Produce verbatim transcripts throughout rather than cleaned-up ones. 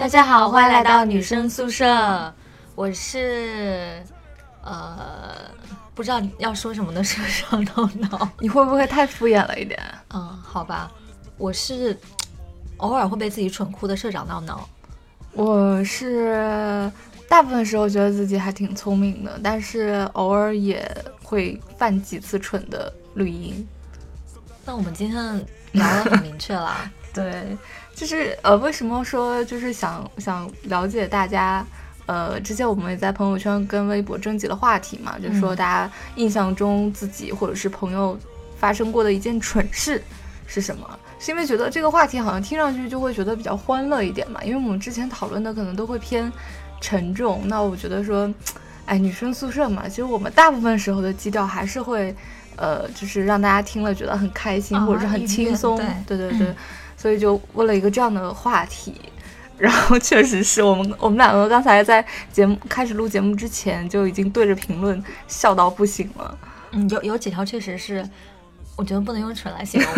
大家好，欢迎来到女生宿舍。我是呃，不知道要说什么的社长闹闹。 你会不会太敷衍了一点？ 嗯，好吧，我是偶尔会被自己蠢哭的社长闹闹。 我是大部分时候觉得自己还挺聪明的，但是偶尔也会犯几次蠢的绿茵。 那我们今天聊得很明确啦。 对，就是呃，为什么说就是想想了解大家，呃，之前我们也在朋友圈跟微博征集了话题嘛，就是说大家印象中自己或者是朋友发生过的一件蠢事是什么？是因为觉得这个话题好像听上去就会觉得比较欢乐一点嘛，因为我们之前讨论的可能都会偏沉重。那我觉得说，哎，女生宿舍嘛，其实我们大部分时候的基调还是会，呃，就是让大家听了觉得很开心， 哦、 或者是很轻松。 对对对对。嗯，所以就问了一个这样的话题，然后确实是我们我们两个刚才在节目开始录节目之前就已经对着评论笑到不行了。 嗯，有有几条确实是，我觉得不能用蠢来形容，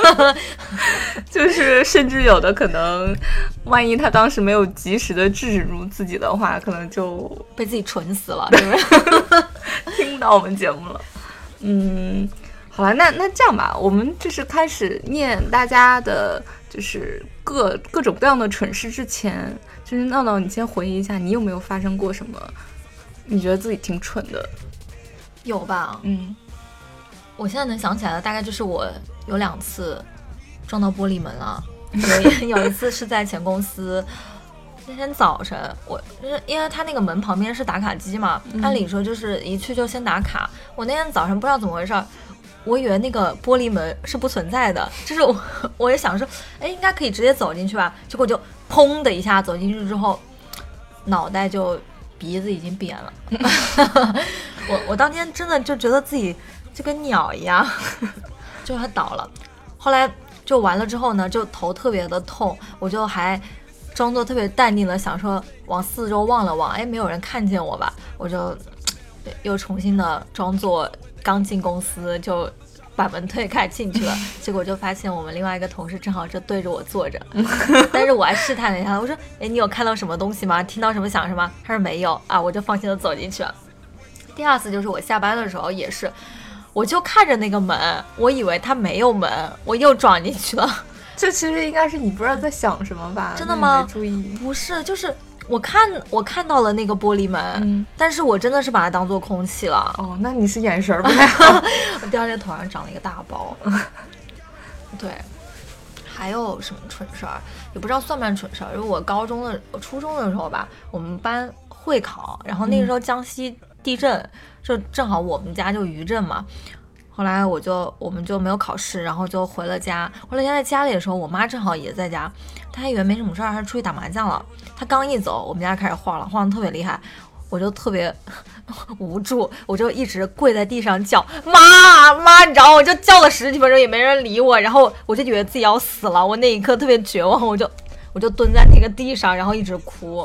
就是甚至有的可能，万一他当时没有及时的制止住自己的话，可能就被自己蠢死了，是不是？ 听不到我们节目了。嗯。好了，那那这样吧，我们就是开始念大家的，就是各各种各样的蠢事之前，就是闹闹，你先回忆一下，你有没有发生过什么你觉得自己挺蠢的？ 有吧？ 嗯， 我现在能想起来的大概就是我有两次撞到玻璃门了，有有一次是在前公司。那天早晨，我就是因为他那个门旁边是打卡机嘛，嗯、按理说就是一去就先打卡。我那天早上不知道怎么回事，我以为那个玻璃门是不存在的，就是我我也想说，哎，应该可以直接走进去吧。结果就砰的一下走进去之后，脑袋就鼻子已经扁了。我我当天真的就觉得自己就跟鸟一样，就还倒了。后来就完了之后呢，就头特别的痛，我就还装作特别淡定的想说往四周望了望，哎，没有人看见我吧，我就又重新的装作刚进公司就把门推开进去了，结果就发现我们另外一个同事正好就对着我坐着，但是我还试探了一下，我说，哎，你有看到什么东西吗？听到什么响什么？他说没有啊，我就放心的走进去了。第二次就是我下班的时候也是，我就看着那个门，我以为他没有门，我又撞进去了。 这其实应该是你不知道在想什么吧？ 真的吗？ 没注意， 不是，就是我看我看到了那个玻璃门，嗯、但是我真的是把它当做空气了。 哦，那你是眼神不太好。 我第二天头上长了一个大包。对，还有什么蠢事儿？也不知道算不算蠢事儿。因为我高中的、我初中的时候吧，我们班会考，然后那个时候江西地震，嗯、就正好我们家就余震嘛。后来我就我们就没有考试，然后就回了家。回了家在家里的时候，我妈正好也在家，她还以为没什么事儿，她出去打麻将了。她刚一走，我们家开始晃了，晃得特别厉害，我就特别无助，我就一直跪在地上叫妈妈，你知道，我就叫了十几分钟也没人理我，然后我就以为自己要死了，我那一刻特别绝望，我就我就蹲在那个地上，然后一直哭。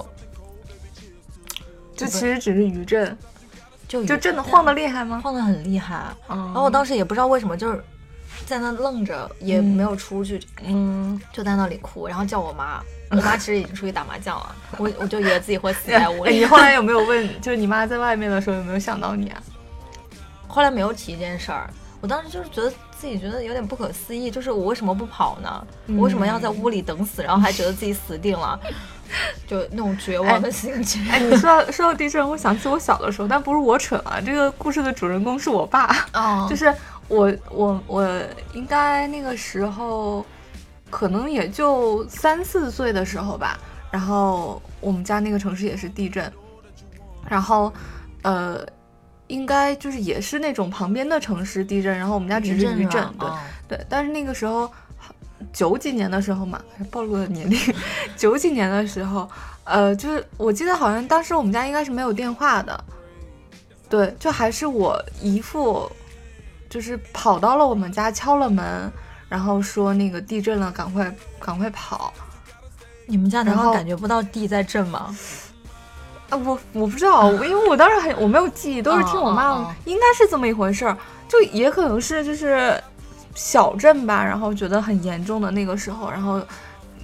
这其实只是余震。 就就真的晃得厉害吗？ 晃得很厉害，嗯、然后我当时也不知道为什么，就是在那愣着，也没有出去，嗯，就在那里哭，然后叫我妈。我妈其实已经出去打麻将了，我我就以为自己会死在屋里。 你后来有没有问，就是你妈在外面的时候有没有想到你啊？ 后来没有提这件事儿，我当时就是觉得自己觉得有点不可思议，就是我为什么不跑呢？嗯、我为什么要在屋里等死，然后还觉得自己死定了？就那种绝望的心情。 哎，哎你说到说到地震，我想起我小的时候，但不是我蠢啊，这个故事的主人公是我爸。哦，就是我我我应该那个时候可能也就三四岁的时候吧，然后我们家那个城市也是地震，然后呃应该就是也是那种旁边的城市地震，然后我们家只是余震，对、哦、对，但是那个时候。九几年的时候嘛，暴露了年龄。九几年的时候，呃，就是我记得好像当时我们家应该是没有电话的，对，就还是我姨父，就是跑到了我们家敲了门，然后说那个地震了，赶快赶快跑。 你们家难道感觉不到地在震吗？ 啊，我我不知道，因为我当时很我没有记忆，都是听我妈，哦哦哦应该是这么一回事儿，就也可能是就是。小震吧，然后觉得很严重的那个时候，然后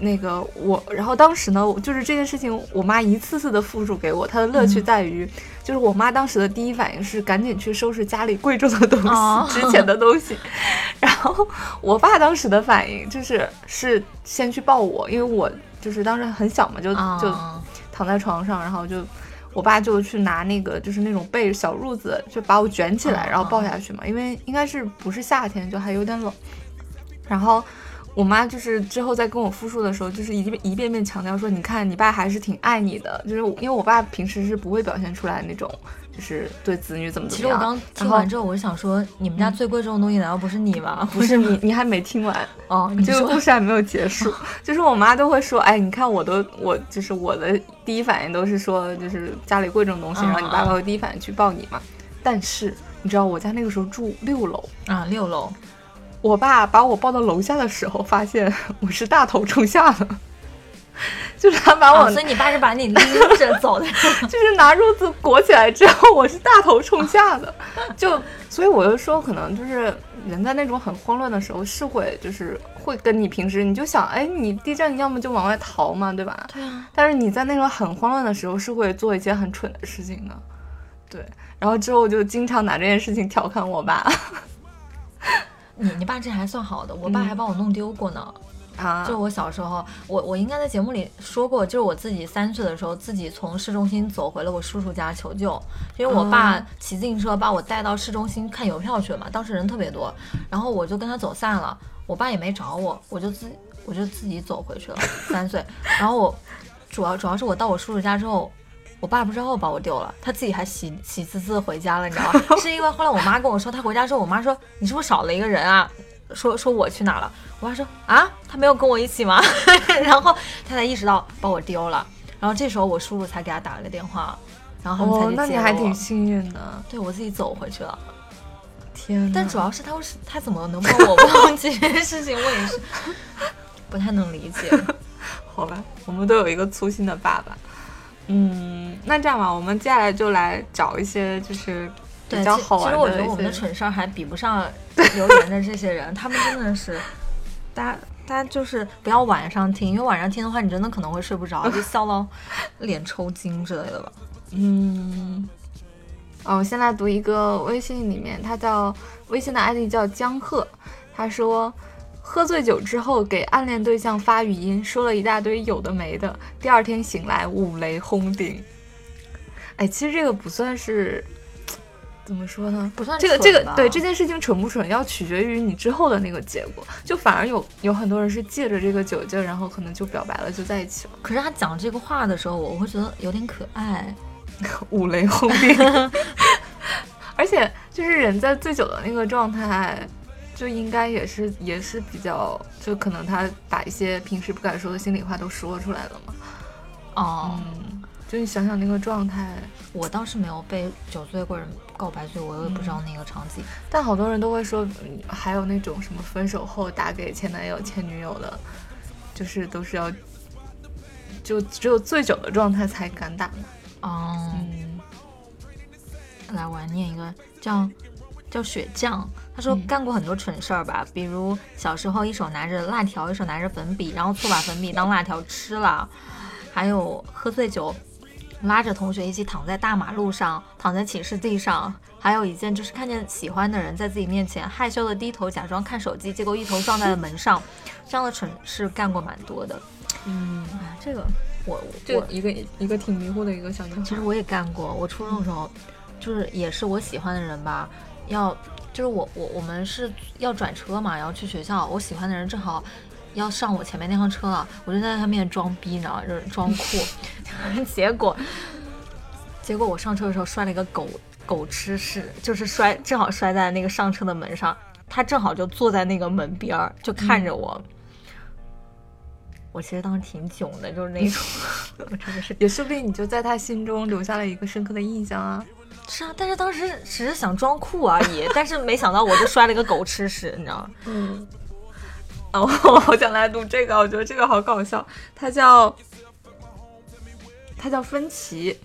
那个我，然后当时呢，就是这件事情，我妈一次次的复述给我，她的乐趣在于，嗯、就是我妈当时的第一反应是赶紧去收拾家里贵重的东西，哦、值钱的东西。然后我爸当时的反应就是是先去抱我，因为我就是当时很小嘛，就、哦、就躺在床上，然后就我爸就去拿那个就是那种被小褥子，就把我卷起来，然后抱下去嘛，因为应该是不是夏天，就还有点冷，然后。我妈就是之后在跟我复述的时候，就是一遍一遍遍强调说，你看你爸还是挺爱你的，就是因为我爸平时是不会表现出来那种，就是对子女怎么怎么样。 其实我刚听完之后，我就想说，你们家最贵重的东西难道不是你吗？ 不是你，你还没听完哦， 这个故事还没有结束。就是我妈都会说，哎，你看我都我就是我的第一反应都是说，就是家里贵重的东西，嗯、然后你爸爸会第一反应去抱你嘛。但是你知道我家那个时候住六楼啊，六楼。 我爸把我抱到楼下的时候，发现我是大头冲下的，就是他把我、 哦，所以你爸是把你拎着走的， 就是拿褥子裹起来之后，我是大头冲下的，就所以我就说，可能就是人在那种很慌乱的时候，是会就是会跟你平时你就想，哎，你地震，你要么就往外逃嘛，对吧？ 对啊。 但是你在那种很慌乱的时候，是会做一些很蠢的事情的，对。然后之后我就经常拿这件事情调侃我爸。 你你爸这还算好的，我爸还把我弄丢过呢。啊、嗯，就我小时候，我我应该在节目里说过，就是我自己三岁的时候，自己从市中心走回了我叔叔家求救，因为我爸骑自行车把我带到市中心看邮票去了嘛，当时人特别多，然后我就跟他走散了，我爸也没找我，我就自我就自己走回去了，三岁。然后我主要主要是我到我叔叔家之后。我爸不知道把我丢了，他自己还喜喜滋滋回家了，你知道吗？是因为后来我妈跟我说，他回家之后，我妈说你是不是少了一个人啊？说说我去哪了？我爸说啊，他没有跟我一起吗？然后他才意识到把我丢了，然后这时候我叔叔才给他打了个电话，然后他们才去接我。 哦，那你还挺幸运的。 对，我自己走回去了。 天哪！ 但主要是他他怎么能帮我忘记这件事情，我也是不太能理解。 好吧，我们都有一个粗心的爸爸。嗯，那这样吧，我们接下来就来找一些就是比较好玩的。 其实我觉得我们的蠢事儿还比不上留言的这些人，他们真的是，大家大家就是不要晚上听，因为晚上听的话，你真的可能会睡不着，就笑到脸抽筋之类的吧。 嗯，哦，我先来读一个微信里面，他叫微信的 I D 叫江鹤，他说。喝醉酒之后给暗恋对象发语音，说了一大堆有的没的，第二天醒来五雷轰顶。哎，其实这个不算是怎么说呢？ 不算这个这个对这件事情蠢不蠢，要取决于你之后的那个结果。就反而有有很多人是借着这个酒劲，然后可能就表白了，就在一起了。 可是他讲这个话的时候，我会觉得有点可爱， 五雷轰顶。而且就是人在醉酒的那个状态。就应该也是也是比较，就可能他把一些平时不敢说的心里话都说出来了嘛。 哦， 嗯，就你想想那个状态， 我倒是没有被酒醉过人告白，所以我也不知道那个场景。 嗯、但好多人都会说，还有那种什么分手后打给前男友、前女友的，就是都是要，就只有醉酒的状态才敢打嘛。 哦，嗯，来，我来念一个叫。叫雪酱，他说干过很多蠢事儿吧、嗯，比如小时候一手拿着辣条，一手拿着粉笔，然后错把粉笔当辣条吃了，还有喝醉酒拉着同学一起躺在大马路上，躺在寝室地上，还有一件就是看见喜欢的人在自己面前害羞的低头假装看手机，结果一头撞在了门上，这样的蠢事干过蛮多的。 嗯， 哎，这个我就一个一个挺迷糊的一个小女孩， 其实我也干过，我初中的时候、嗯、就是也是我喜欢的人吧。要就是我我我们是要转车嘛，然后去学校，我喜欢的人正好要上我前面那辆车了，我就在他面前装逼，你知道，就是装酷。结果结果我上车的时候摔了一个狗狗吃屎，就是摔正好摔在那个上车的门上，他正好就坐在那个门边儿，就看着我。嗯、我其实当时挺囧的，就是那种，我真的是， 也说不定你就在他心中留下了一个深刻的印象啊。 是啊，但是当时只是想装酷而已，但是没想到我就摔了一个狗吃屎，你知道吗？ 嗯。哦，我好想来读这个，我觉得这个好搞笑。它叫它叫芬奇，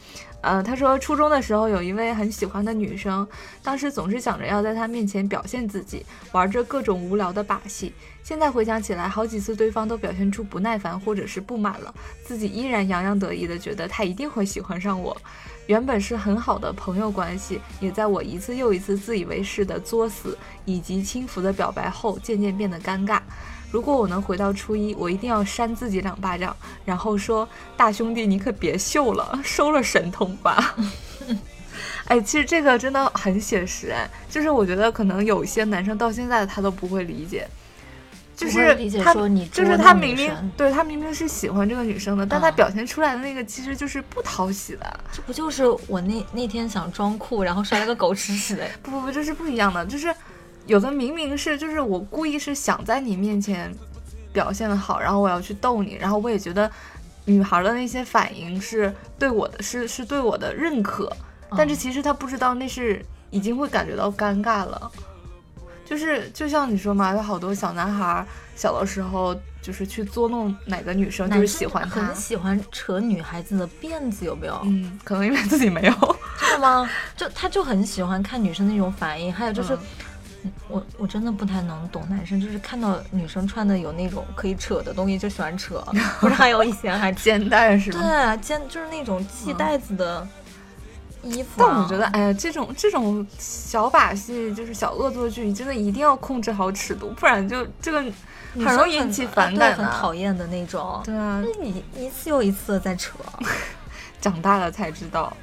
呃，他说初中的时候有一位很喜欢的女生，当时总是想着要在她面前表现自己，玩着各种无聊的把戏。现在回想起来，好几次对方都表现出不耐烦或者是不满了，自己依然洋洋得意的觉得他一定会喜欢上我。原本是很好的朋友关系，也在我一次又一次自以为是的作死以及轻浮的表白后，渐渐变得尴尬。如果我能回到初一，我一定要扇自己两巴掌，然后说：“大兄弟，你可别秀了，收了神通吧。”哎，其实这个真的很写实哎，就是我觉得可能有一些男生到现在他都不会理解，就是他就是他明明对他明明是喜欢这个女生的，但他表现出来的那个其实就是不讨喜的。 这不就是我那那天想装酷，然后摔了个狗吃屎的？ 不不不，这是不一样的，就是。有的明明是就是我故意是想在你面前表现的好，然后我要去逗你，然后我也觉得女孩的那些反应是对我的是是对我的认可，但是其实他不知道那是已经会感觉到尴尬了。就是就像你说嘛，有好多小男孩小的时候就是去捉弄哪个女生，就是喜欢她， 很喜欢扯女孩子的辫子，有没有？ 嗯，可能因为自己没有。 真的吗？就他就很喜欢看女生那种反应，还有就是。嗯我我真的不太能懂男生，就是看到女生穿的有那种可以扯的东西就喜欢扯，不是还有以前还肩带是吗？ 对，肩就是那种系带子的衣服、啊。 但我觉得，哎呀，这种这种小把戏，就是小恶作剧，你真的一定要控制好尺度，不然就这个很容易引起反感、啊， 很讨厌的那种。 对啊， 那你一次又一次的在扯， 长大了才知道。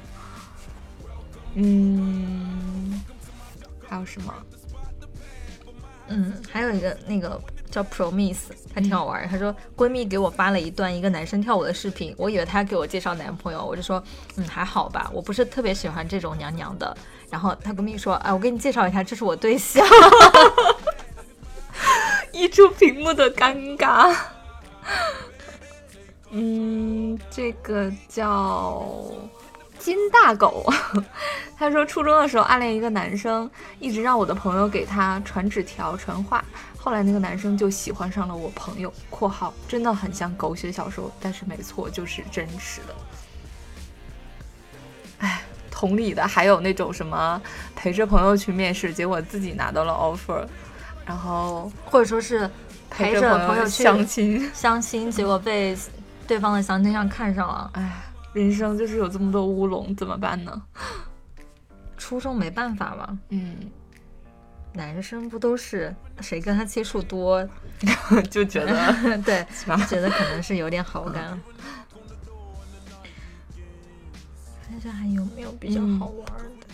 嗯，还有什么？ 嗯，还有一个那个叫 Promise， 还挺好玩。她说闺蜜给我发了一段一个男生跳舞的视频，我以为她给我介绍男朋友，我就说嗯还好吧，我不是特别喜欢这种娘娘的。然后她闺蜜说哎，我给你介绍一下，这是我对象。 一出屏幕的尴尬。嗯，这个叫金大狗。他说初中的时候暗恋一个男生，一直让我的朋友给他传纸条传话，后来那个男生就喜欢上了我朋友（括号真的很像狗血小说，但是没错，就是真实的）。哎，同理的还有那种什么陪着朋友去面试，结果自己拿到了 offer， 然后或者说是陪着朋友去相亲相亲，结果被对方的相亲上看上了。 哎，人生就是有这么多乌龙，怎么办呢？ 初中没办法嘛， 嗯， 男生不都是谁跟他接触多就觉得对，觉得可能是有点好感。看一下还有没有比较好玩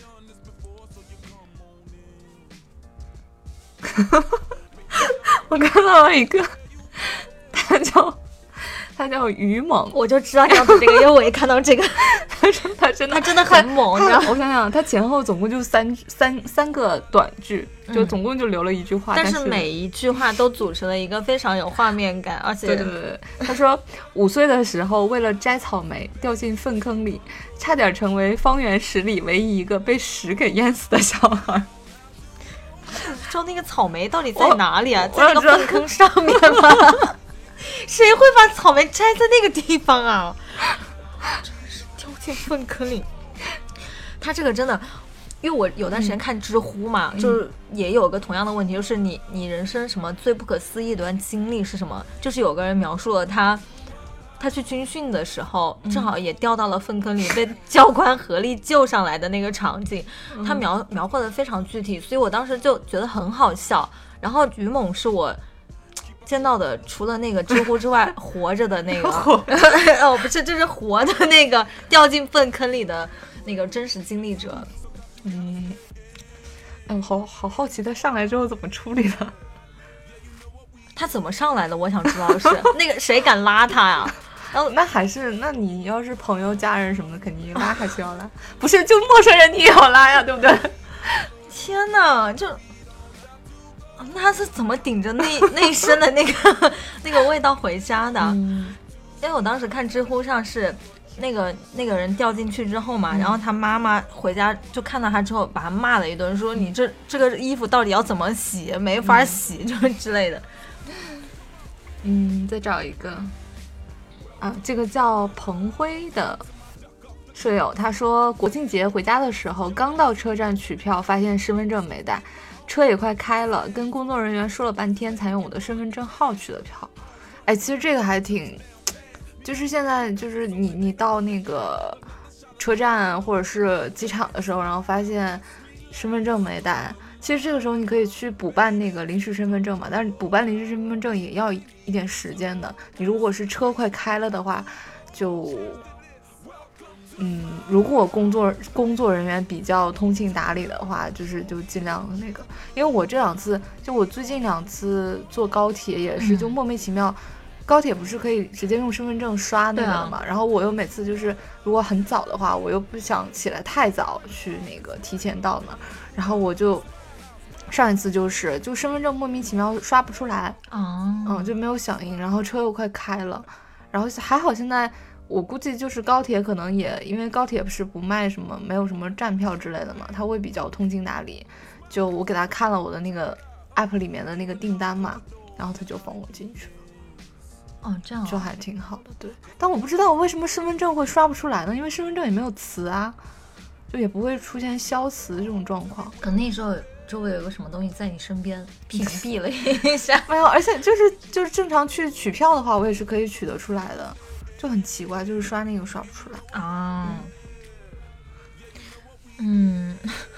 的。嗯、我看到了一个，他叫他叫于猛， 我就知道你要读这个，因为我也看到这个。 他说他真的他真的很猛，你知道？ 我想想，他前后总共就三三三个短句，就总共就留了一句话， 嗯、但是每一句话都组成了一个非常有画面感，而且对对对，他说五岁的时候为了摘草莓掉进粪坑里，差点成为方圆十里唯一一个被屎给淹死的小孩。 说那个草莓到底在哪里啊？在那个粪坑上面吗？谁会把草莓摘在那个地方啊？真是掉进粪坑里。他这个真的，因为我有段时间看知乎嘛，嗯、就是也有个同样的问题，就是你你人生什么最不可思议的一段经历是什么？就是有个人描述了他他去军训的时候，正好也掉到了粪坑里，嗯、被教官合力救上来的那个场景，嗯、他描描绘的非常具体，所以我当时就觉得很好笑。然后于猛是我见到的除了那个知乎之外活着的那个哦不是，就是活的那个掉进粪坑里的那个真实经历者。 嗯，哎，我好好好奇他上来之后怎么处理的。 他怎么上来的？我想知道是那个谁敢拉他呀？ 然后那还是，那你要是朋友、家人什么的，肯定拉还是要拉，不是就陌生人你也要拉呀，对不对？ 天哪，就那他是怎么顶着那那一身的那个那个味道回家的？嗯、因为我当时看知乎上是那个那个人掉进去之后嘛，嗯、然后他妈妈回家就看到他之后，把他骂了一顿，说你这这个衣服到底要怎么洗？没法洗，就、嗯、之类的。 嗯，再找一个啊，这个叫彭辉的舍友他说，国庆节回家的时候，刚到车站取票，发现身份证没带，车也快开了，跟工作人员说了半天，才用我的身份证号取的票。哎，其实这个还挺，就是现在就是你你到那个车站或者是机场的时候，然后发现身份证没带，其实这个时候你可以去补办那个临时身份证嘛，但是补办临时身份证也要一点时间的。你如果是车快开了的话，就。嗯，如果工作工作人员比较通情达理的话，就是就尽量那个，因为我这两次就我最近两次坐高铁也是就莫名其妙，嗯、高铁不是可以直接用身份证刷那个的嘛、啊，然后我又每次就是如果很早的话，我又不想起来太早去那个提前到那，然后我就上一次就是就身份证莫名其妙刷不出来， 哦， 嗯，就没有响应，然后车又快开了，然后还好现在。我估计就是高铁可能也因为高铁不是不卖什么没有什么站票之类的嘛，他会比较通情达理，就我给他看了我的那个 app 里面的那个订单嘛，然后他就放我进去了。 哦，这样、啊、 就还挺好的，对。但我不知道为什么身份证会刷不出来呢？因为身份证也没有词啊，就也不会出现消磁这种状况。 可能那时候周围有个什么东西在你身边屏蔽了一下。 没有，而且就是就是正常去取票的话，我也是可以取得出来的。就很奇怪，就是刷那个刷不出来啊。嗯，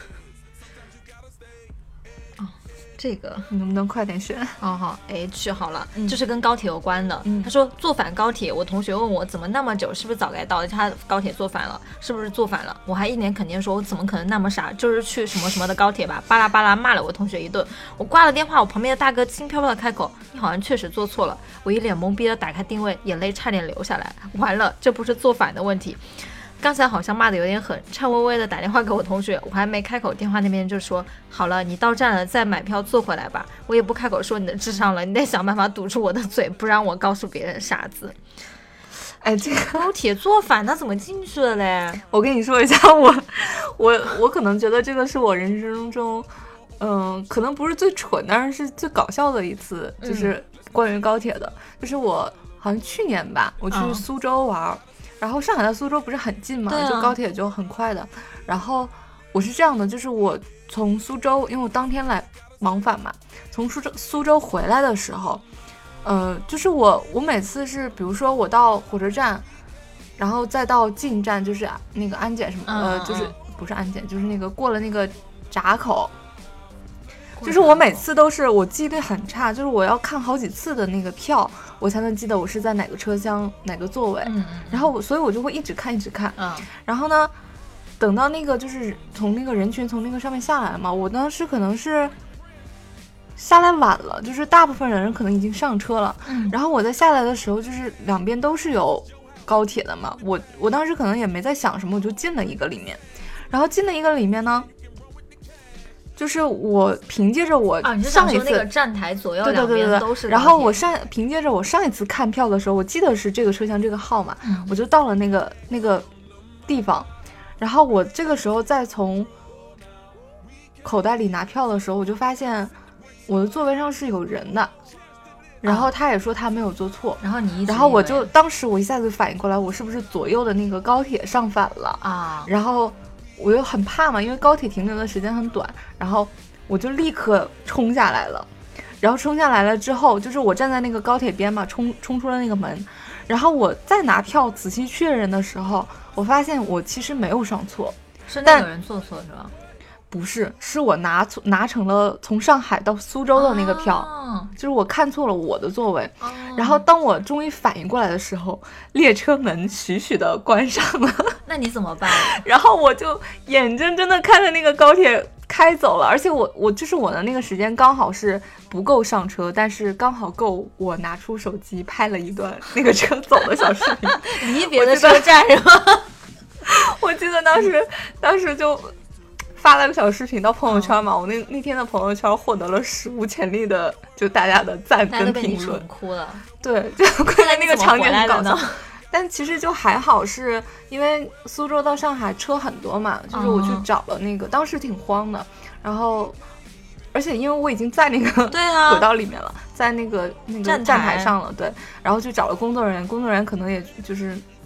哦，这个你能不能快点选？ 好好 H 好了、嗯，就是跟高铁有关的。 嗯、 他说坐反高铁，我同学问我怎么那么久，是不是早该到？他高铁坐反了，是不是坐反了？我还一脸肯定说，我怎么可能那么傻？就是去什么什么的高铁吧，巴拉巴拉骂了我同学一顿。我挂了电话，我旁边的大哥轻飘飘的开口：“你好像确实坐错了。”我一脸懵逼的打开定位，眼泪差点流下来。完了，这不是坐反的问题。刚才好像骂的有点狠，颤巍巍的打电话给我同学，我还没开口，电话那边就说好了，你到站了再买票坐回来吧。我也不开口说你的智商了，你得想办法堵住我的嘴，不让我告诉别人傻子。 哎，这个高铁坐反他怎么进去的嘞？ 我跟你说一下，我我我可能觉得这个是我人生中嗯，可能不是最蠢，但是是最搞笑的一次，就是关于高铁的、嗯、就是我好像去年吧，我去苏州玩、嗯，然后上海到苏州不是很近嘛、啊，就高铁就很快的。然后我是这样的，就是我从苏州，因为我当天来往返嘛，从苏州苏州回来的时候，呃，就是我我每次是，比如说我到火车站，然后再到进站，就是那个安检什么， 嗯、 呃，就是不是安检，就是那个过了那个闸口。就是我每次都是我记忆力很差，就是我要看好几次的那个票，我才能记得我是在哪个车厢哪个座位。 嗯， 然后我所以我就会一直看一直看。 嗯， 然后呢，等到那个就是从那个人群从那个上面下来嘛，我当时可能是下来晚了，就是大部分人可能已经上车了。 嗯， 然后我在下来的时候，就是两边都是有高铁的嘛，我我当时可能也没在想什么，我就进了一个里面，然后进了一个里面呢。就是我凭借着我上一次、 啊、那个站台左右两边都是， 然后我上凭借着我上一次看票的时候，我记得是这个车厢这个号码、 嗯， 我就到了那个那个地方，然后我这个时候再从口袋里拿票的时候，我就发现我的座位上是有人的，然后他也说他没有坐错， 然后你一然后我就当时我一下子反应过来，我是不是左右的那个高铁上反了啊？ 然后。我又很怕嘛，因为高铁停留的时间很短，然后我就立刻冲下来了。然后冲下来了之后，就是我站在那个高铁边嘛，冲冲出了那个门。然后我再拿票仔细确认的时候，我发现我其实没有上错， 是那个人坐错是吧？ 不是，是我拿拿成了从上海到苏州的那个票， 哦、 就是我看错了我的座位。 哦、 然后当我终于反应过来的时候，列车门徐徐的关上了。 那你怎么办？ 然后我就眼睁睁的看着那个高铁开走了，而且我我就是我的那个时间刚好是不够上车，但是刚好够我拿出手机拍了一段那个车走的小视频。 离别的车站是吗？ 我记得当时当时就发了个小视频到朋友圈嘛，我那那天的朋友圈获得了史无前例的就大家的赞跟评论， 哭了。 对，就关键那个场景很搞笑。但其实就还好，是因为苏州到上海车很多嘛，就是我去找了那个，嗯、当时挺慌的。然后，而且因为我已经在那个对啊轨道里面了，在那个那个站台上了，对。然后去找了工作人员，工作人员可能也就是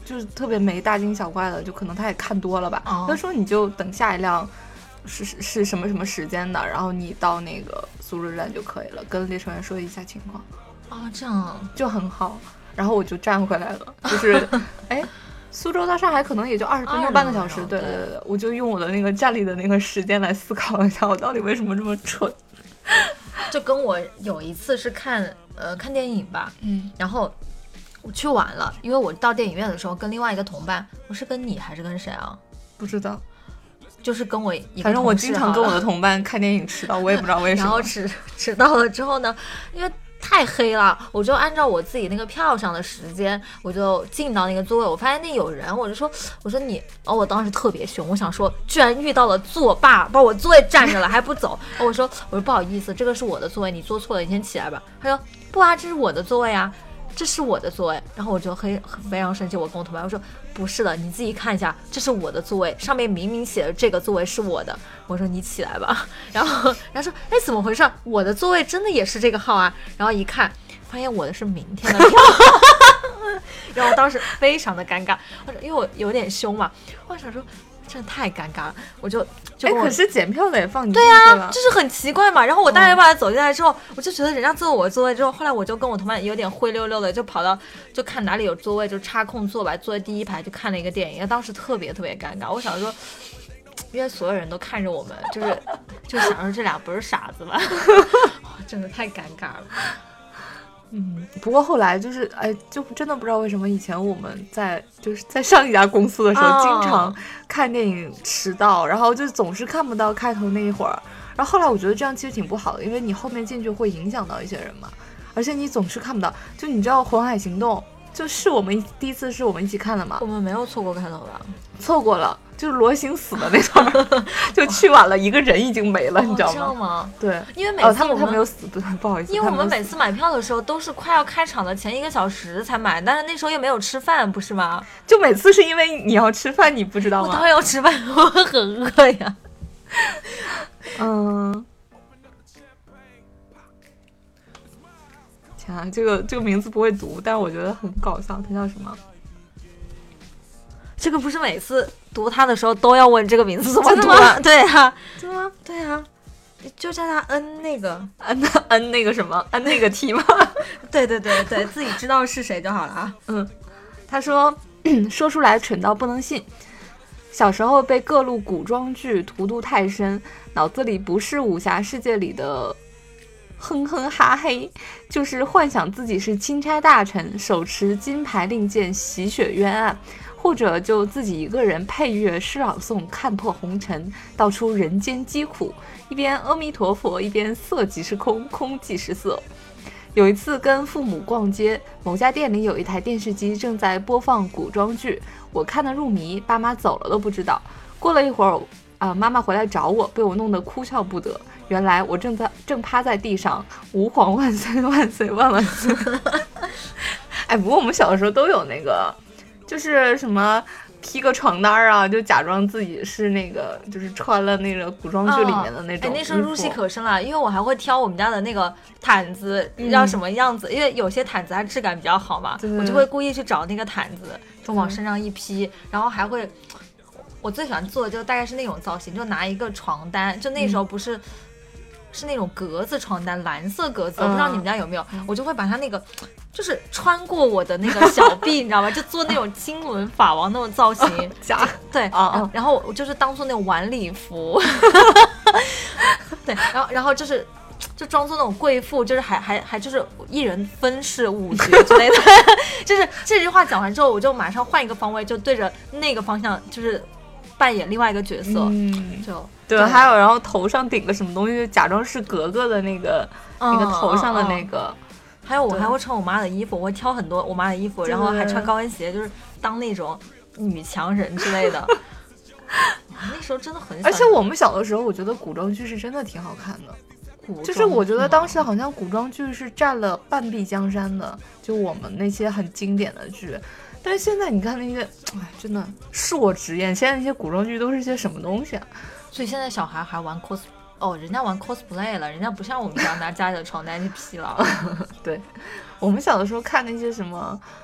就是特别没大惊小怪的，就可能他也看多了吧。 哦、 他说你就等下一辆是是什么什么时间的，然后你到那个苏州站就可以了，跟列车员说一下情况。 啊、哦，这样就很好。然后我就站回来了，就是哎。苏州到上海可能也就二十分钟半个小时，对对对，我就用我的那个站立的那个时间来思考一下，我到底为什么这么蠢。 就跟我有一次是看呃看电影吧， 嗯， 然后我去晚了，因为我到电影院的时候跟另外一个同伴，我是跟你还是跟谁啊？ 不知道， 就是跟我一个， 反正我经常跟我的同伴看电影迟到，我也不知道为什么。 然后迟迟到了之后呢，因为太黑了，我就按照我自己那个票上的时间，我就进到那个座位。我发现那有人，我就说，我说你，哦，我当时特别凶，我想说，居然遇到了作霸，把我座位占着了还不走。哦、我说，我说不好意思，这个是我的座位，你坐错了，你先起来吧。他说不啊，这是我的座位啊，这是我的座位。然后我就很非常生气，我跟我同伴我说，不是的，你自己看一下，这是我的座位，上面明明写着这个座位是我的。我说你起来吧，然后然后说，哎，怎么回事？我的座位真的也是这个号啊。然后一看，发现我的是明天的票，然后当时非常的尴尬，因为我有点凶嘛，我想说真的太尴尬了，我就就哎，可是检票的也放你对啊，就是很奇怪嘛。然后我大概把它走进来之后，嗯、我就觉得人家坐我座位之后，后来我就跟我同伴有点灰溜溜的，就跑到就看哪里有座位就插空坐吧，坐在第一排就看了一个电影，当时特别特别尴尬。我想说，因为所有人都看着我们，就是就想说这俩不是傻子吧，真的太尴尬了。 嗯，不过后来就是，哎，就真的不知道为什么以前我们在就是在上一家公司的时候，哦、经常看电影迟到，然后就总是看不到开头那一会儿。然后后来我觉得这样其实挺不好的，因为你后面进去会影响到一些人嘛，而且你总是看不到。就你知道《红海行动》，就是我们第一次是我们一起看的嘛， 我们没有错过开头吧？ 错过了。就是罗星死的那段，就去晚了，一个人已经没了， 哦、 你知道吗？ 这样吗？ 对， 因为每次、 哦、他们他没有死，不不好意思， 因为我们每次买票的时候都是快要开场的前一个小时才买，但是那时候又没有吃饭，不是吗？ 就每次是因为你要吃饭，你不知道吗？ 我当然要吃饭，我很饿呀。 嗯，天啊，这个这个名字不会读，但是我觉得很搞笑，它叫什么？ 这个不是每次读它的时候都要问这个名字怎么读啊？对啊， 真的吗？ 对啊，就叫他 N 那个 N N 那个什么 N 那个 T 吗？ 对对对对，自己知道是谁就好了啊。 嗯，他说说出来蠢到不能信。小时候被各路古装剧荼毒太深，脑子里不是武侠世界里的哼哼哈嘿，就是幻想自己是钦差大臣，手持金牌令箭，洗雪冤案。或者就自己一个人配乐诗朗诵，看破红尘，道出人间疾苦，一边阿弥陀佛，一边色即是空，空即是色。有一次跟父母逛街，某家店里有一台电视机正在播放古装剧，我看得入迷，爸妈走了都不知道。过了一会儿啊、呃，妈妈回来找我，被我弄得哭笑不得。原来我正在正趴在地上，吾皇万岁万岁万万岁。哎，不过我们小的时候都有那个。就是什么披个床单啊，就假装自己是那个，就是穿了那个古装剧里面的那种。 哎、哦，那时候入戏可深了，因为我还会挑我们家的那个毯子要什么样子，嗯、因为有些毯子它质感比较好嘛，我就会故意去找那个毯子，就往身上一披，然后还会，我最喜欢做的就大概是那种造型，就拿一个床单，就那时候不是。嗯是那种格子床单，蓝色格子，我不知道你们家有没有，嗯、我就会把它那个，就是穿过我的那个小臂，你知道吗？就做那种金轮法王那种造型， 哦、假对， 啊， 然后我就是当做那种晚礼服，对，然后然后就是就装作那种贵妇，就是还还还就是一人分饰五角之类的，就是这句话讲完之后，我就马上换一个方位，就对着那个方向，就是扮演另外一个角色， 嗯， 就。 对，还有然后头上顶个什么东西，就假装是格格的那个、嗯、那个头上的那个。 嗯嗯、还有我还会穿我妈的衣服，我会挑很多我妈的衣服，然后还穿高跟鞋，就是当那种女强人之类的。那时候真的很喜欢。 而且我们小的时候，我觉得古装剧是真的挺好看的。就是我觉得当时好像古装剧是占了半壁江山的，就我们那些很经典的剧。但是现在你看那些，哎，真的恕我直言，现在那些古装剧都是些什么东西啊？ 所以现在小孩还玩 cos 哦，人家玩 cosplay 了，人家不像我们家拿家里的床单去披了。 对，我们小的时候看那些什么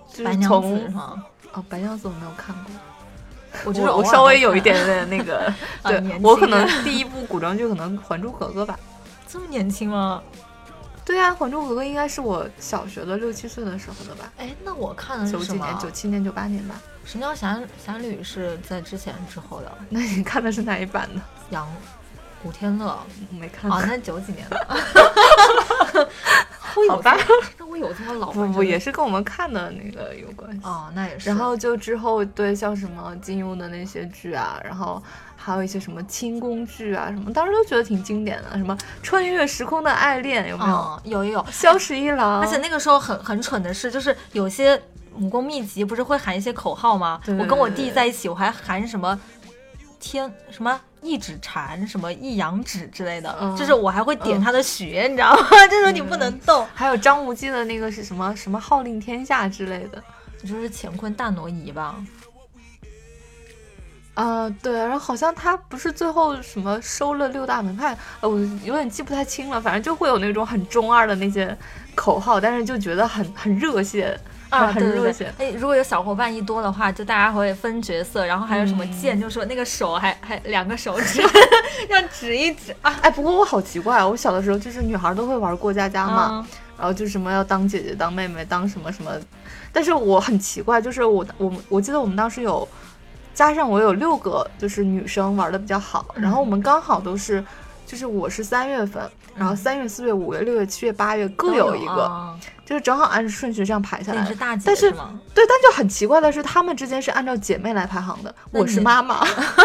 就是从是吗？哦，白娘子我没有看过。 我就是我稍微有一点点那个，对、啊、我可能第一部古装剧可能《还珠格格》吧。 这么年轻吗？ 对啊，《还珠格格》应该是我小学的六七岁的时候的吧？ 哎，那我看的是九几年、九七年、九八年吧。 《神雕侠侠侣》是在之前之后的。 那你看的是哪一版的？ 杨古天乐没看过。 啊，那九几年的。 好吧， 那我有这么老？ 不不，也是跟我们看的那个有关系哦，那也是。 然后就之后对像什么金庸的那些剧啊，然后还有一些什么清宫剧啊什么，当时都觉得挺经典的，什么穿越时空的爱恋有没有？ 哦、有有有。 萧十一郎。 而且那个时候很很蠢的是，就是有些武功秘籍不是会喊一些口号吗？ 对对对对， 我跟我弟在一起，我还喊什么天什么一指禅，什么一阳指之类的、嗯、就是我还会点他的穴、嗯、你知道吗？这时候你不能动、嗯、 还有张无忌的那个是什么什么号令天下之类的， 就是乾坤大挪移吧。 啊、呃，对，然后好像他不是最后什么收了六大门派，呃，我有点记不太清了，反正就会有那种很中二的那些口号，但是就觉得很很热血啊， 很热血。 哎，如果有小伙伴一多的话，就大家会分角色，然后还有什么剑，嗯、就说那个手还还两个手指要指一指啊。 哎，不过我好奇怪，我小的时候就是女孩都会玩过家家嘛， 嗯、 然后就什么要当姐姐、当妹妹、当什么什么，但是我很奇怪，就是我我我记得我们当时有。加上我有六个就是女生玩的比较好、嗯、然后我们刚好都是就是我是三月份、嗯、然后三月四月五月六月七月八月各有一个、啊、就是正好按顺序这样排下来。 你是大姐但是是吗？ 对，但就很奇怪的是他们之间是按照姐妹来排行的，我是妈妈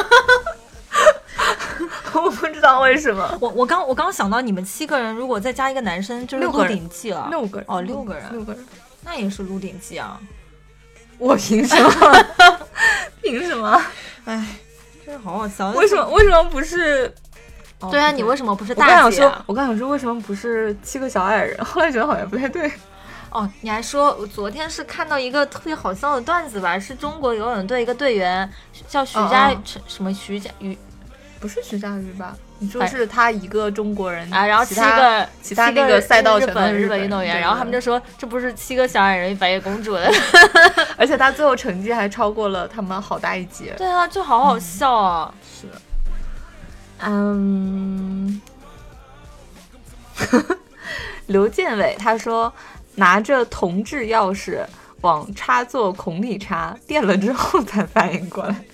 我不知道为什么。 我我刚我刚想到你们七个人如果再加一个男生就是鹿鼎记了。 六个人哦，六个人六个人那也是鹿鼎记啊。 我凭什么凭什么？ 哎，真是好好笑。 为什么为什么不是？ 哦、对啊，你为什么不是大姐、啊？ 我刚想说，我刚想说为什么不是七个小矮人？后来觉得好像不太对。 哦，你还说，我昨天是看到一个特别好笑的段子吧？是中国游泳队一个队员叫徐嘉余、哦哦，什么徐嘉余？ 不是徐嘉余吧？你说是他一个中国人啊，然后七个其他那个赛道全都是日本运动员，然后他们就说这不是七个小矮人与白雪公主的， 而且他最后成绩还超过了他们好大一截。 对啊，就好好笑啊！ 嗯、是的，嗯，刘建伟他说拿着铜制钥匙往插座孔里插，电了之后才反应过来。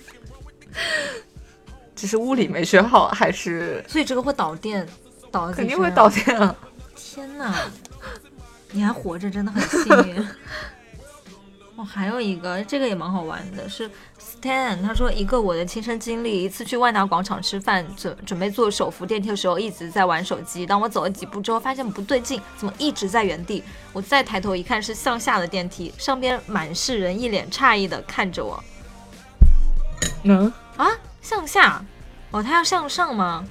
只是物理没学好还是？ 所以这个会导电，导肯定会导电啊！ 天哪，你还活着真的很幸运。哦，还有一个这个也蛮好玩的，是 Stan 他说一个我的亲身经历，一次去万达广场吃饭，准准备坐手扶电梯的时候一直在玩手机，当我走了几步之后发现不对劲，怎么一直在原地？我再抬头一看是向下的电梯，上边满是人一脸诧异的看着我。 嗯啊，向下？哦，他要向上吗？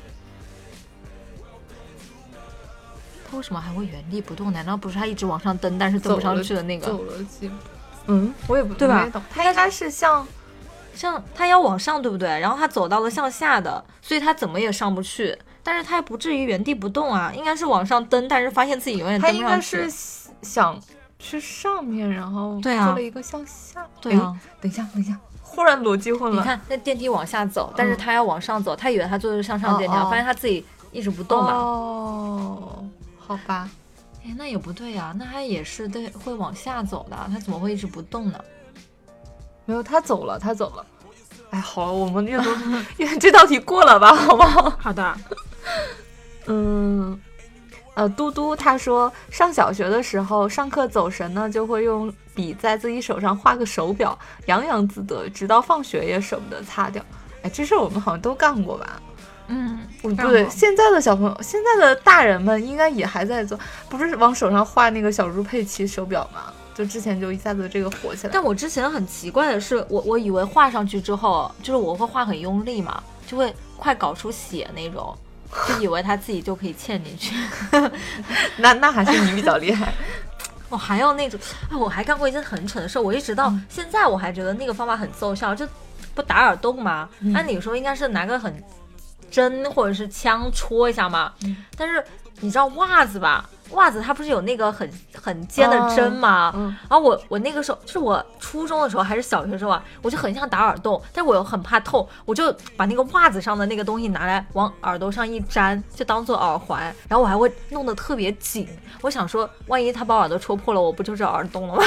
他为什么还会原地不动？难道不是他一直往上蹬，但是登不上去的那个？ 走了几步。嗯，我也不对吧？ 他应该是向像他要往上，对不对？然后他走到了向下的，所以他怎么也上不去。但是他也不至于原地不动啊，应该是往上蹬，但是发现自己永远登不上去。 他应该是想去上面，然后做了一个向下。 对啊， 等一下，等一下。忽然逻辑混了。 你看那电梯往下走，但是他要往上走，嗯、他以为他坐的是向上电梯，哦哦发现他自己一直不动嘛。 哦，好吧。 哎，那也不对呀、啊，那他也是对会往下走的，他怎么会一直不动呢？ 没有，他走了，他走了。哎，好了，我们阅读这道题过了吧，好不好？ 好的。 嗯。呃，嘟嘟他说上小学的时候上课走神呢，就会用笔在自己手上画个手表，洋洋自得，直到放学也舍不得擦掉。哎，这事我们好像都干过吧？ 嗯， 不对，现在的小朋友，现在的大人们应该也还在做，不是往手上画那个小猪佩奇手表吗？就之前就一下子这个火起来。 但我之前很奇怪的是，我我以为画上去之后，就是我会画很用力嘛，就会快搞出血那种。就以为他自己就可以嵌进去那那还是你比较厉害。 我还有那种、啊、我还干过一件很蠢的事，我一直到现在我还觉得那个方法很奏效，就不打耳洞吗？按理说应该是拿个很针或者是枪戳一下嘛、嗯、但是你知道袜子吧？袜子它不是有那个很很尖的针吗？ 嗯嗯、 然后我我那个时候就是我初中的时候还是小学时候啊，我就很想打耳洞，但我又很怕痛，我就把那个袜子上的那个东西拿来往耳朵上一粘，就当做耳环，然后我还会弄得特别紧。我想说，万一他把耳朵戳破了，我不就是耳洞了吗？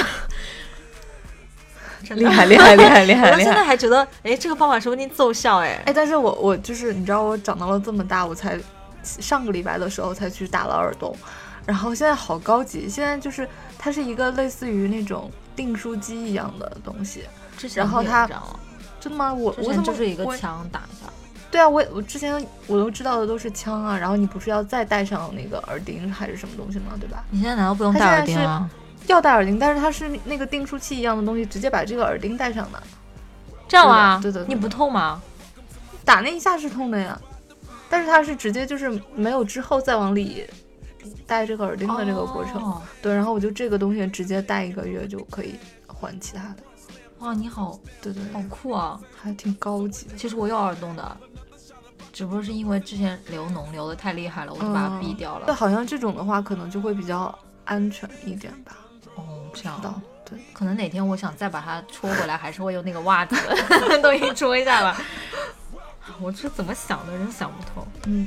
厉害厉害厉害厉害！ 我现在还觉得，哎，这个方法说不定奏效，哎哎，但是我我就是你知道，我长到了这么大，我才上个礼拜的时候才去打了耳洞。然后现在好高级，现在就是它是一个类似于那种订书机一样的东西，然后它真的吗？我我怎么就是一个枪打一下？ 对啊，我我之前我都知道的都是枪啊，然后你不是要再戴上那个耳钉还是什么东西吗？对吧？ 你现在难道不用戴耳钉啊？ 要戴耳钉，但是它是那个订书器一样的东西，直接把这个耳钉戴上的。 这样啊？ 对的。 你不痛吗？ 打那一下是痛的呀，但是它是直接就是没有之后再往里戴这个耳钉的这个过程，哦、对，然后我就这个东西直接戴一个月就可以换其他的。 哇，你好， 对对， 好酷啊， 还挺高级的。 其实我有耳洞的，只不过是因为之前流脓流的太厉害了，我就把它逼掉了。 对、嗯，好像这种的话可能就会比较安全一点吧。 哦，这样的， 对， 可能哪天我想再把它戳回来，还是会用那个袜子的东西戳一下吧。我这怎么想的，真想不透。 嗯。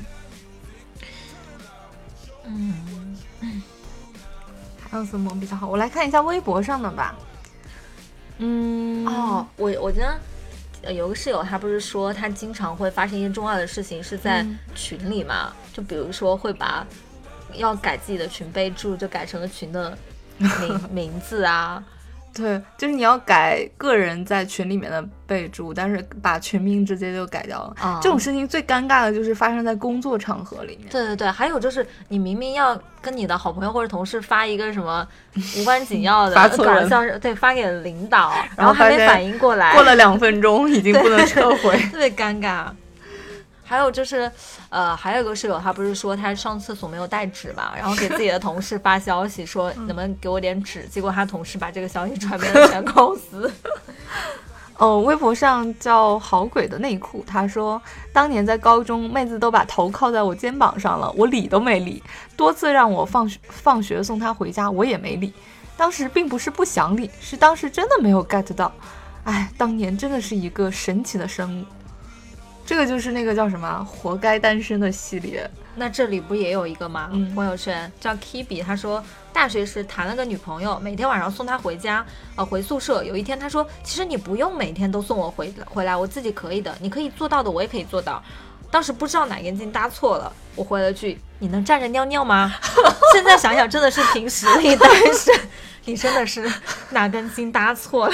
嗯， 还有什么比较好？我来看一下微博上的吧。嗯， 哦，我我今天有个室友，他不是说他经常会发生一件重要的事情，是在群里嘛？嗯、就比如说会把要改自己的群备注，就改成了群的名名字啊。 对，就是你要改个人在群里面的备注，但是把群名直接就改掉了。嗯、这种事情最尴尬的就是发生在工作场合里面。 对对对，还有就是你明明要跟你的好朋友或者同事发一个什么无关紧要的发错搞笑，对，发给领导，然后还没反应过来， 过了两分钟已经不能撤回， 特别尴尬。还有就是，呃，还有个室友，他不是说他上厕所没有带纸嘛，然后给自己的同事发消息说能不能给我点纸，结果他同事把这个消息传遍了全公司。 哦，微博上叫好鬼的内裤，他说当年在高中，妹子都把头靠在我肩膀上了，我理都没理，多次让我放学放学送她回家，我也没理。当时并不是不想理，是当时真的没有 get 到。哎，当年真的是一个神奇的生物。这个就是那个叫什么活该单身的系列。 那这里不也有一个吗？嗯、朋友圈叫 Kibi， 他说大学时谈了个女朋友，每天晚上送她回家，呃，回宿舍。有一天他说，其实你不用每天都送我回回来，我自己可以的，你可以做到的，我也可以做到。当时不知道哪根筋搭错了，我回了句：“你能站着尿尿吗？”现在想想真的是凭实力单身，你真的是哪根筋搭错了。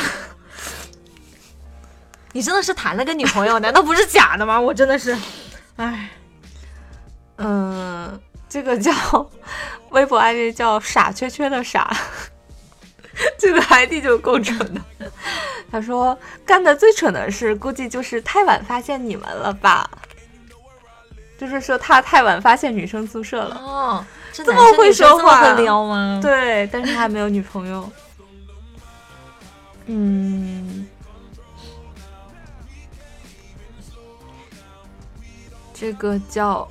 你真的是谈了个女朋友，难道不是假的吗？我真的是，哎， 嗯，这个叫微博 I D 叫傻缺缺的傻，这个 I D 就够蠢的。他说干的最蠢的事，估计就是太晚发现你们了吧？就是说他太晚发现女生宿舍了。 哦， 这么会说话， 这么会撩吗？ 对，但是他还没有女朋友。嗯。这个叫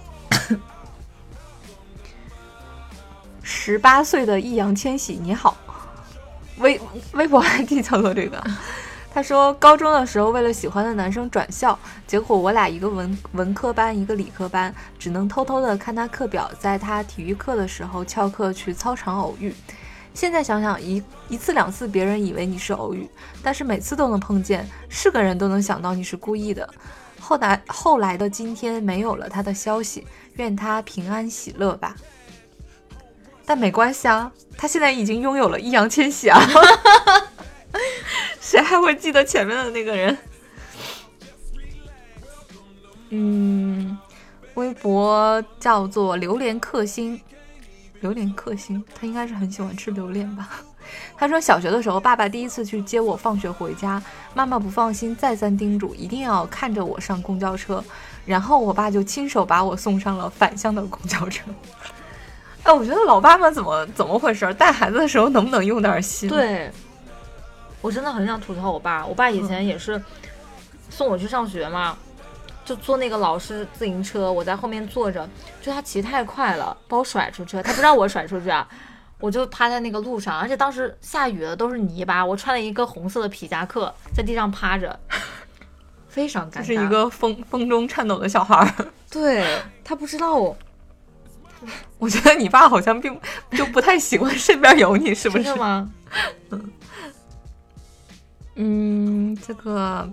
十八岁的易烊千玺，你好，微微博 I D 叫做这个。他说高中的时候为了喜欢的男生转校，结果我俩一个文文科班一个理科班，只能偷偷的看他课表，在他体育课的时候翘课去操场偶遇。现在想想，一一次两次别人以为你是偶遇，但是每次都能碰见，是个人都能想到你是故意的。后来后来的今天没有了他的消息，愿他平安喜乐吧。但没关系啊，他现在已经拥有了易烊千玺啊。谁还会记得前面的那个人？嗯，微博叫做榴莲克星，榴莲克星，他应该是很喜欢吃榴莲吧。他说小学的时候，爸爸第一次去接我放学回家，妈妈不放心，再三叮嘱一定要看着我上公交车，然后我爸就亲手把我送上了反向的公交车。哎，我觉得老爸们怎么怎么回事？带孩子的时候能不能用点心？ 对，我真的很想吐槽我爸。我爸以前也是送我去上学嘛， 就坐那个老式自行车，我在后面坐着，就他骑太快了，把我甩出去了，他不让我甩出去啊，我就趴在那个路上，而且当时下雨了，都是泥巴，我穿了一个红色的皮夹克，在地上趴着，非常尴尬。 是一个风风中颤抖的小孩。 对，他不知道我。 我觉得你爸好像并就不太喜欢身边有你，是不是？ 真的吗？ 嗯，这个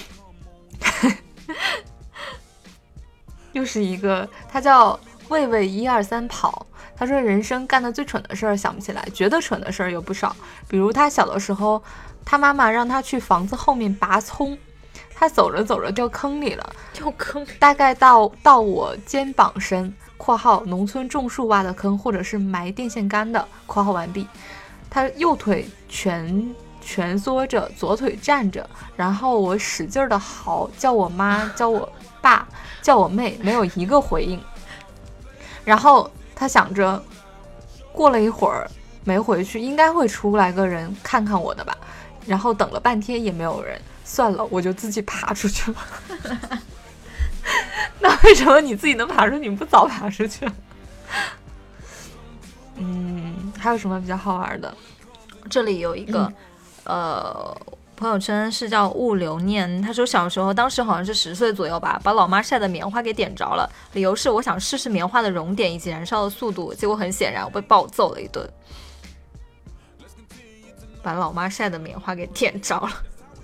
又是一个，他叫魏魏一二三跑。他说人生干的最蠢的事儿想不起来，觉得蠢的事儿有不少。比如他小的时候，他妈妈让他去房子后面拔葱，他走着走着掉坑里了， 掉坑大概到到我肩膀深。括号农村种树挖的坑，或者是埋电线杆的。括号完毕。他右腿蜷蜷缩着，左腿站着，然后我使劲的嚎，叫我妈，叫我爸，叫我妹，没有一个回应。然后他想着，过了一会儿没回去，应该会出来个人看看我的吧。然后等了半天也没有人，算了，我就自己爬出去了。那为什么你自己能爬出去，你不早爬出去？嗯，还有什么比较好玩的？ 这里有一个、嗯、呃朋友圈是叫物流念，他说小时候当时好像是十岁左右吧，把老妈晒的棉花给点着了，理由是我想试试棉花的熔点以及燃烧的速度，结果很显然我被暴揍了一顿，把老妈晒的棉花给点着了。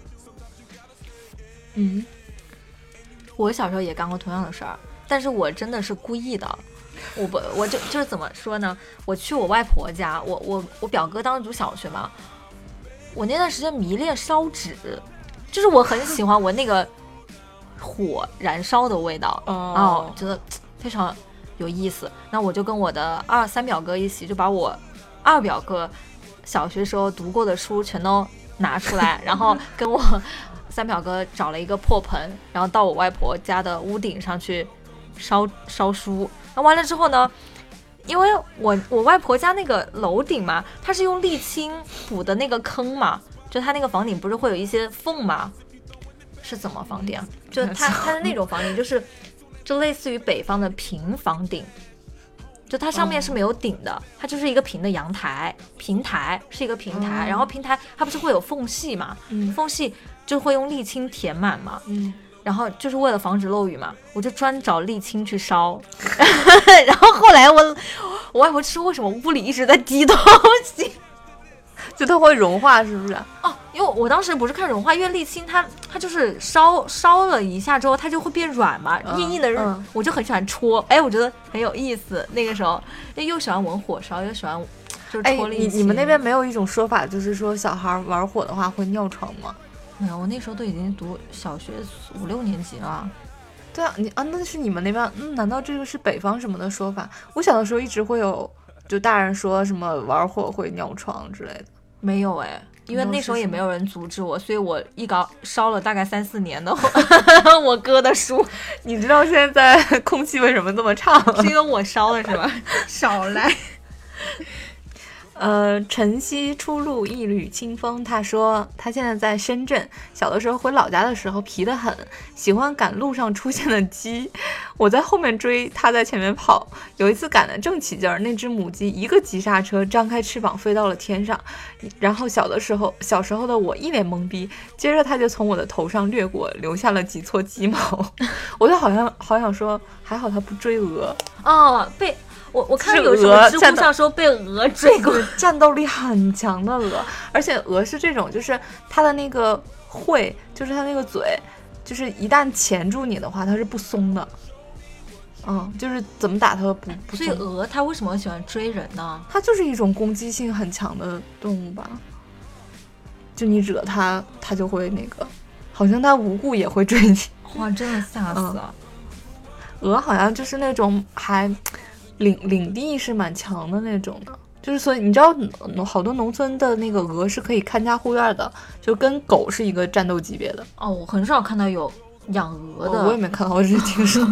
嗯， 我小时候也干过同样的事儿，但是我真的是故意的。我不，我就就是怎么说呢？我去我外婆家，我我我表哥当时读小学嘛，我那段时间迷恋烧纸，就是我很喜欢闻那个火燃烧的味道，哦，觉得非常有意思。那我就跟我的二三表哥一起，就把我二表哥小学时候读过的书全都拿出来，然后跟我三表哥找了一个破盆，然后到我外婆家的屋顶上去烧烧书。那完了之后呢，因为我我外婆家那个楼顶嘛，它是用沥青补的那个坑嘛，就它那个房顶不是会有一些缝嘛？是怎么房顶啊？就它它的那种房顶，就是就类似于北方的平房顶，就它上面是没有顶的，它就是一个平的阳台，平台是一个平台，然后平台它不是会有缝隙嘛？嗯，缝隙就会用沥青填满嘛。嗯。然后就是为了防止漏雨嘛，我就专找沥青去烧。然后后来我我外婆说为什么屋里一直在滴东西， 就它会融化是不是？ 哦，因为我当时不是看融化，因为沥青它它就是烧烧了一下之后它就会变软嘛，嗯、硬硬的、嗯，我就很喜欢戳，哎，我觉得很有意思。那个时候又喜欢闻火烧，又喜欢就是戳沥青。 哎，你你们那边没有一种说法，就是说小孩玩火的话会尿床吗？ 没有，我那时候都已经读小学五六年级了。 对啊，你啊，那是你们那边，嗯，难道这个是北方什么的说法？我小的时候一直会有，就大人说什么玩火会尿床之类的。 没有哎，因为那时候也没有人阻止我，所以我一搞烧了大概三四年的我哥的书。 你知道现在空气为什么这么差吗？ 是因为我烧了是吧？少来。 呃，晨曦初露一缕清风，他说他现在在深圳，小的时候回老家的时候皮得很，喜欢赶路上出现的鸡，我在后面追，他在前面跑。有一次赶得正起劲儿，那只母鸡一个急刹车，张开翅膀飞到了天上，然后小的时候小时候的我一脸懵逼，接着他就从我的头上掠过，留下了几撮鸡毛。我就好像好想说，还好他不追鹅哦，被。我我看有什么知乎上说被鹅追过， 战斗力很强的鹅，而且鹅是这种，就是它的那个喙，就是它那个嘴，就是一旦钳住你的话，它是不松的。嗯，就是怎么打它不不松。 所以鹅它为什么喜欢追人呢？ 它就是一种攻击性很强的动物吧？就你惹它，它就会那个，好像它无故也会追你。 哇，真的吓死了！ 嗯、鹅好像就是那种还。领领地意识蛮强的那种的，就是所以你知道好多农村的那个鹅是可以看家护院的，就跟狗是一个战斗级别的。 哦，我很少看到有养鹅的、 哦、我也没看到，我只是听说。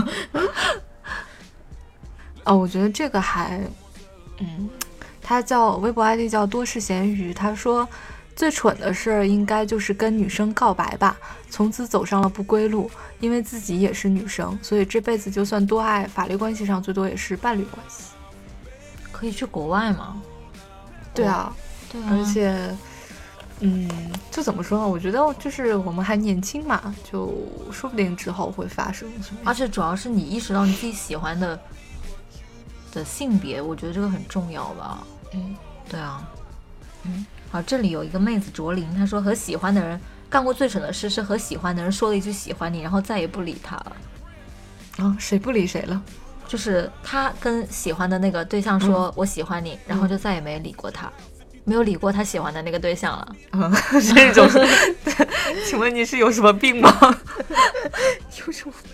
哦，我觉得这个还嗯，他叫微博 I D 叫多是咸鱼，他说最蠢的事应该就是跟女生告白吧，从此走上了不归路。因为自己也是女生，所以这辈子就算多爱，法律关系上最多也是伴侣关系。 可以去国外吗？ 对啊， 对啊， 而且嗯，就怎么说呢，我觉得就是我们还年轻嘛，就说不定之后会发生什么。 而且主要是你意识到你自己喜欢的的性别，我觉得这个很重要吧。 嗯， 对啊。嗯，好，这里有一个妹子卓林，她说和喜欢的人干过最蠢的事是和喜欢的人说了一句喜欢你，然后再也不理他了。 啊，谁不理谁了？ 就是他跟喜欢的那个对象说我喜欢你、嗯、然后就再也没理过他、嗯、没有理过他喜欢的那个对象了。 嗯，这种请问你是有什么病吗？有什么病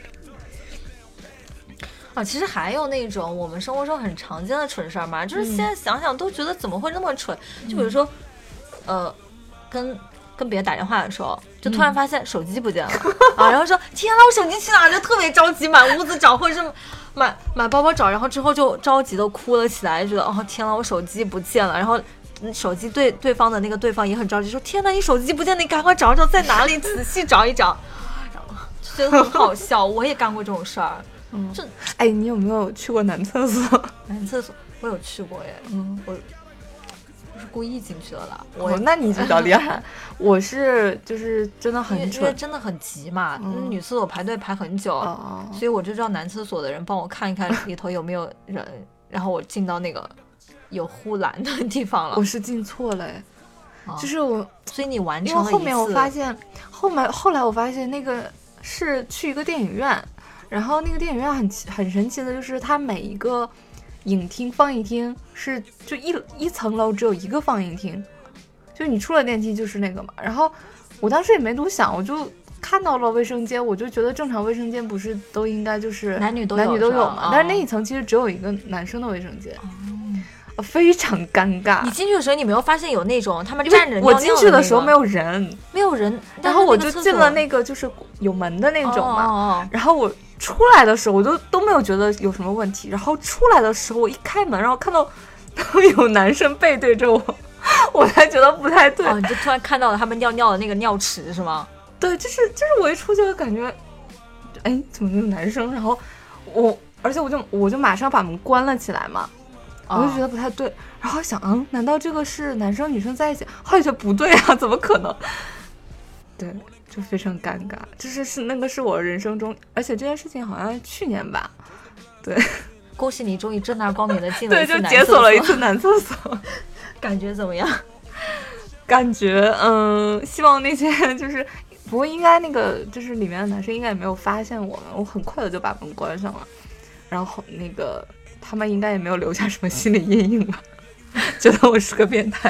啊？其实还有那种我们生活中很常见的蠢事儿嘛，就是现在想想都觉得怎么会那么蠢、嗯、就比如说呃跟跟别人打电话的时候，就突然发现手机不见了、嗯、啊，然后说天哪，我手机去哪，就特别着急，满屋子找，或者是买买包包找，然后之后就着急的哭了起来，觉得哦天哪，我手机不见了，然后手机对对方的那个对方也很着急，说天哪，你手机不见，你赶快找找在哪里，仔细找一找，然后就觉得很好笑。我也干过这种事儿。 嗯，这哎，你有没有去过男厕所？ 男厕所我有去过耶。嗯，我。是故意进去了啦，我、 哦、那你比较厉害。我是就是真的很蠢， 因为真的很急嘛、嗯、女厕所排队排很久、哦、所以我就让男厕所的人帮我看一看里头有没有人然后我进到那个有护栏的地方了。 我是进错了哎、哦、就是我， 所以你完成了一次。 因为后面我发现后面后来我发现那个是去一个电影院，然后那个电影院很很神奇的就是它每一个影厅放映厅是就一一层楼只有一个放映厅，就你出了电梯就是那个嘛。然后我当时也没多想，我就看到了卫生间，我就觉得正常卫生间不是都应该就是男女都有男女都有嘛、 哦、 但是那一层其实只有一个男生的卫生间、哦、非常尴尬。 你进去的时候你没有发现有那种他们站着尿尿的、那个、 我进去的时候没有人没有人， 然后我就进了那个就是有门的那种嘛、 哦哦哦、 然后我出来的时候我都都没有觉得有什么问题，然后出来的时候我一开门，然后看到有男生背对着我，我才觉得不太对。 哦，你就突然看到了他们尿尿的那个尿池是吗？ 对，就是就是我一出去就感觉，哎，怎么有男生？然后我，而且我就我就马上把门关了起来嘛，我就觉得不太对，然后想，嗯，难道这个是男生女生在一起？后来觉得不对啊，怎么可能？对。就非常尴尬，就是是那个是我人生中，而且这件事情好像去年吧，对， 恭喜你终于正大光明的进了一次男厕所， 对，就解锁了一次男厕所， 感觉怎么样？ 感觉嗯，希望那些就是不过应该那个就是里面的男生应该也没有发现我们，我很快的就把门关上了，然后那个他们应该也没有留下什么心理阴影吧，觉得我是个变态。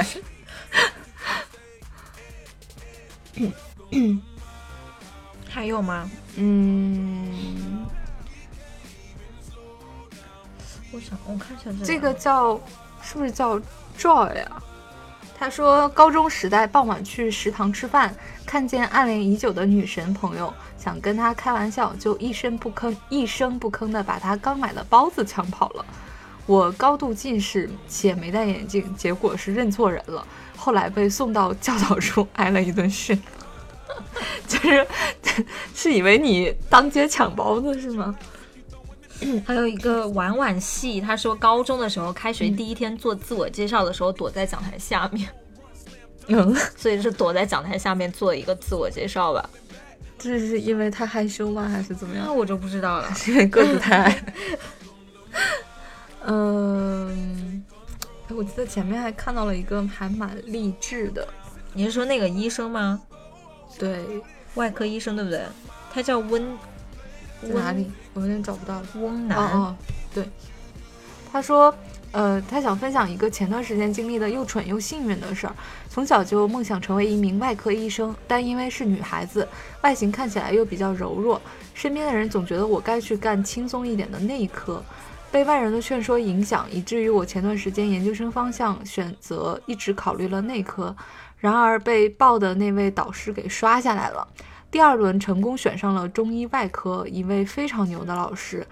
还有吗？ 嗯， 我想我看一下这个， 这个叫是不是叫 Joy 啊？他说高中时代傍晚去食堂吃饭，看见暗恋已久的女神朋友，想跟她开玩笑，就一声不吭一声不吭的把她刚买的包子抢跑了。我高度近视且没戴眼镜，结果是认错人了，后来被送到教导处挨了一顿训。就是是以为你当街抢包子是吗？ 还有一个婉婉系，他说高中的时候开学第一天做自我介绍的时候躲在讲台下面， 嗯， 所以是躲在讲台下面做一个自我介绍吧。 这是因为他害羞吗还是怎么样？ 那我就不知道了， 是因为个子太矮。嗯，我记得前面还看到了一个还蛮励志的。 你是说那个医生吗？ 对， 外科医生对不对？他叫温， 在哪里？我有点找不到了。 翁南。 哦哦，对。他说，呃，他想分享一个前段时间经历的又蠢又幸运的事儿。从小就梦想成为一名外科医生，但因为是女孩子，外形看起来又比较柔弱，身边的人总觉得我该去干轻松一点的内科。被外人的劝说影响，以至于我前段时间研究生方向选择一直考虑了内科。然而被报的那位导师给刷下来了，第二轮成功选上了中医外科，一位非常牛的老师。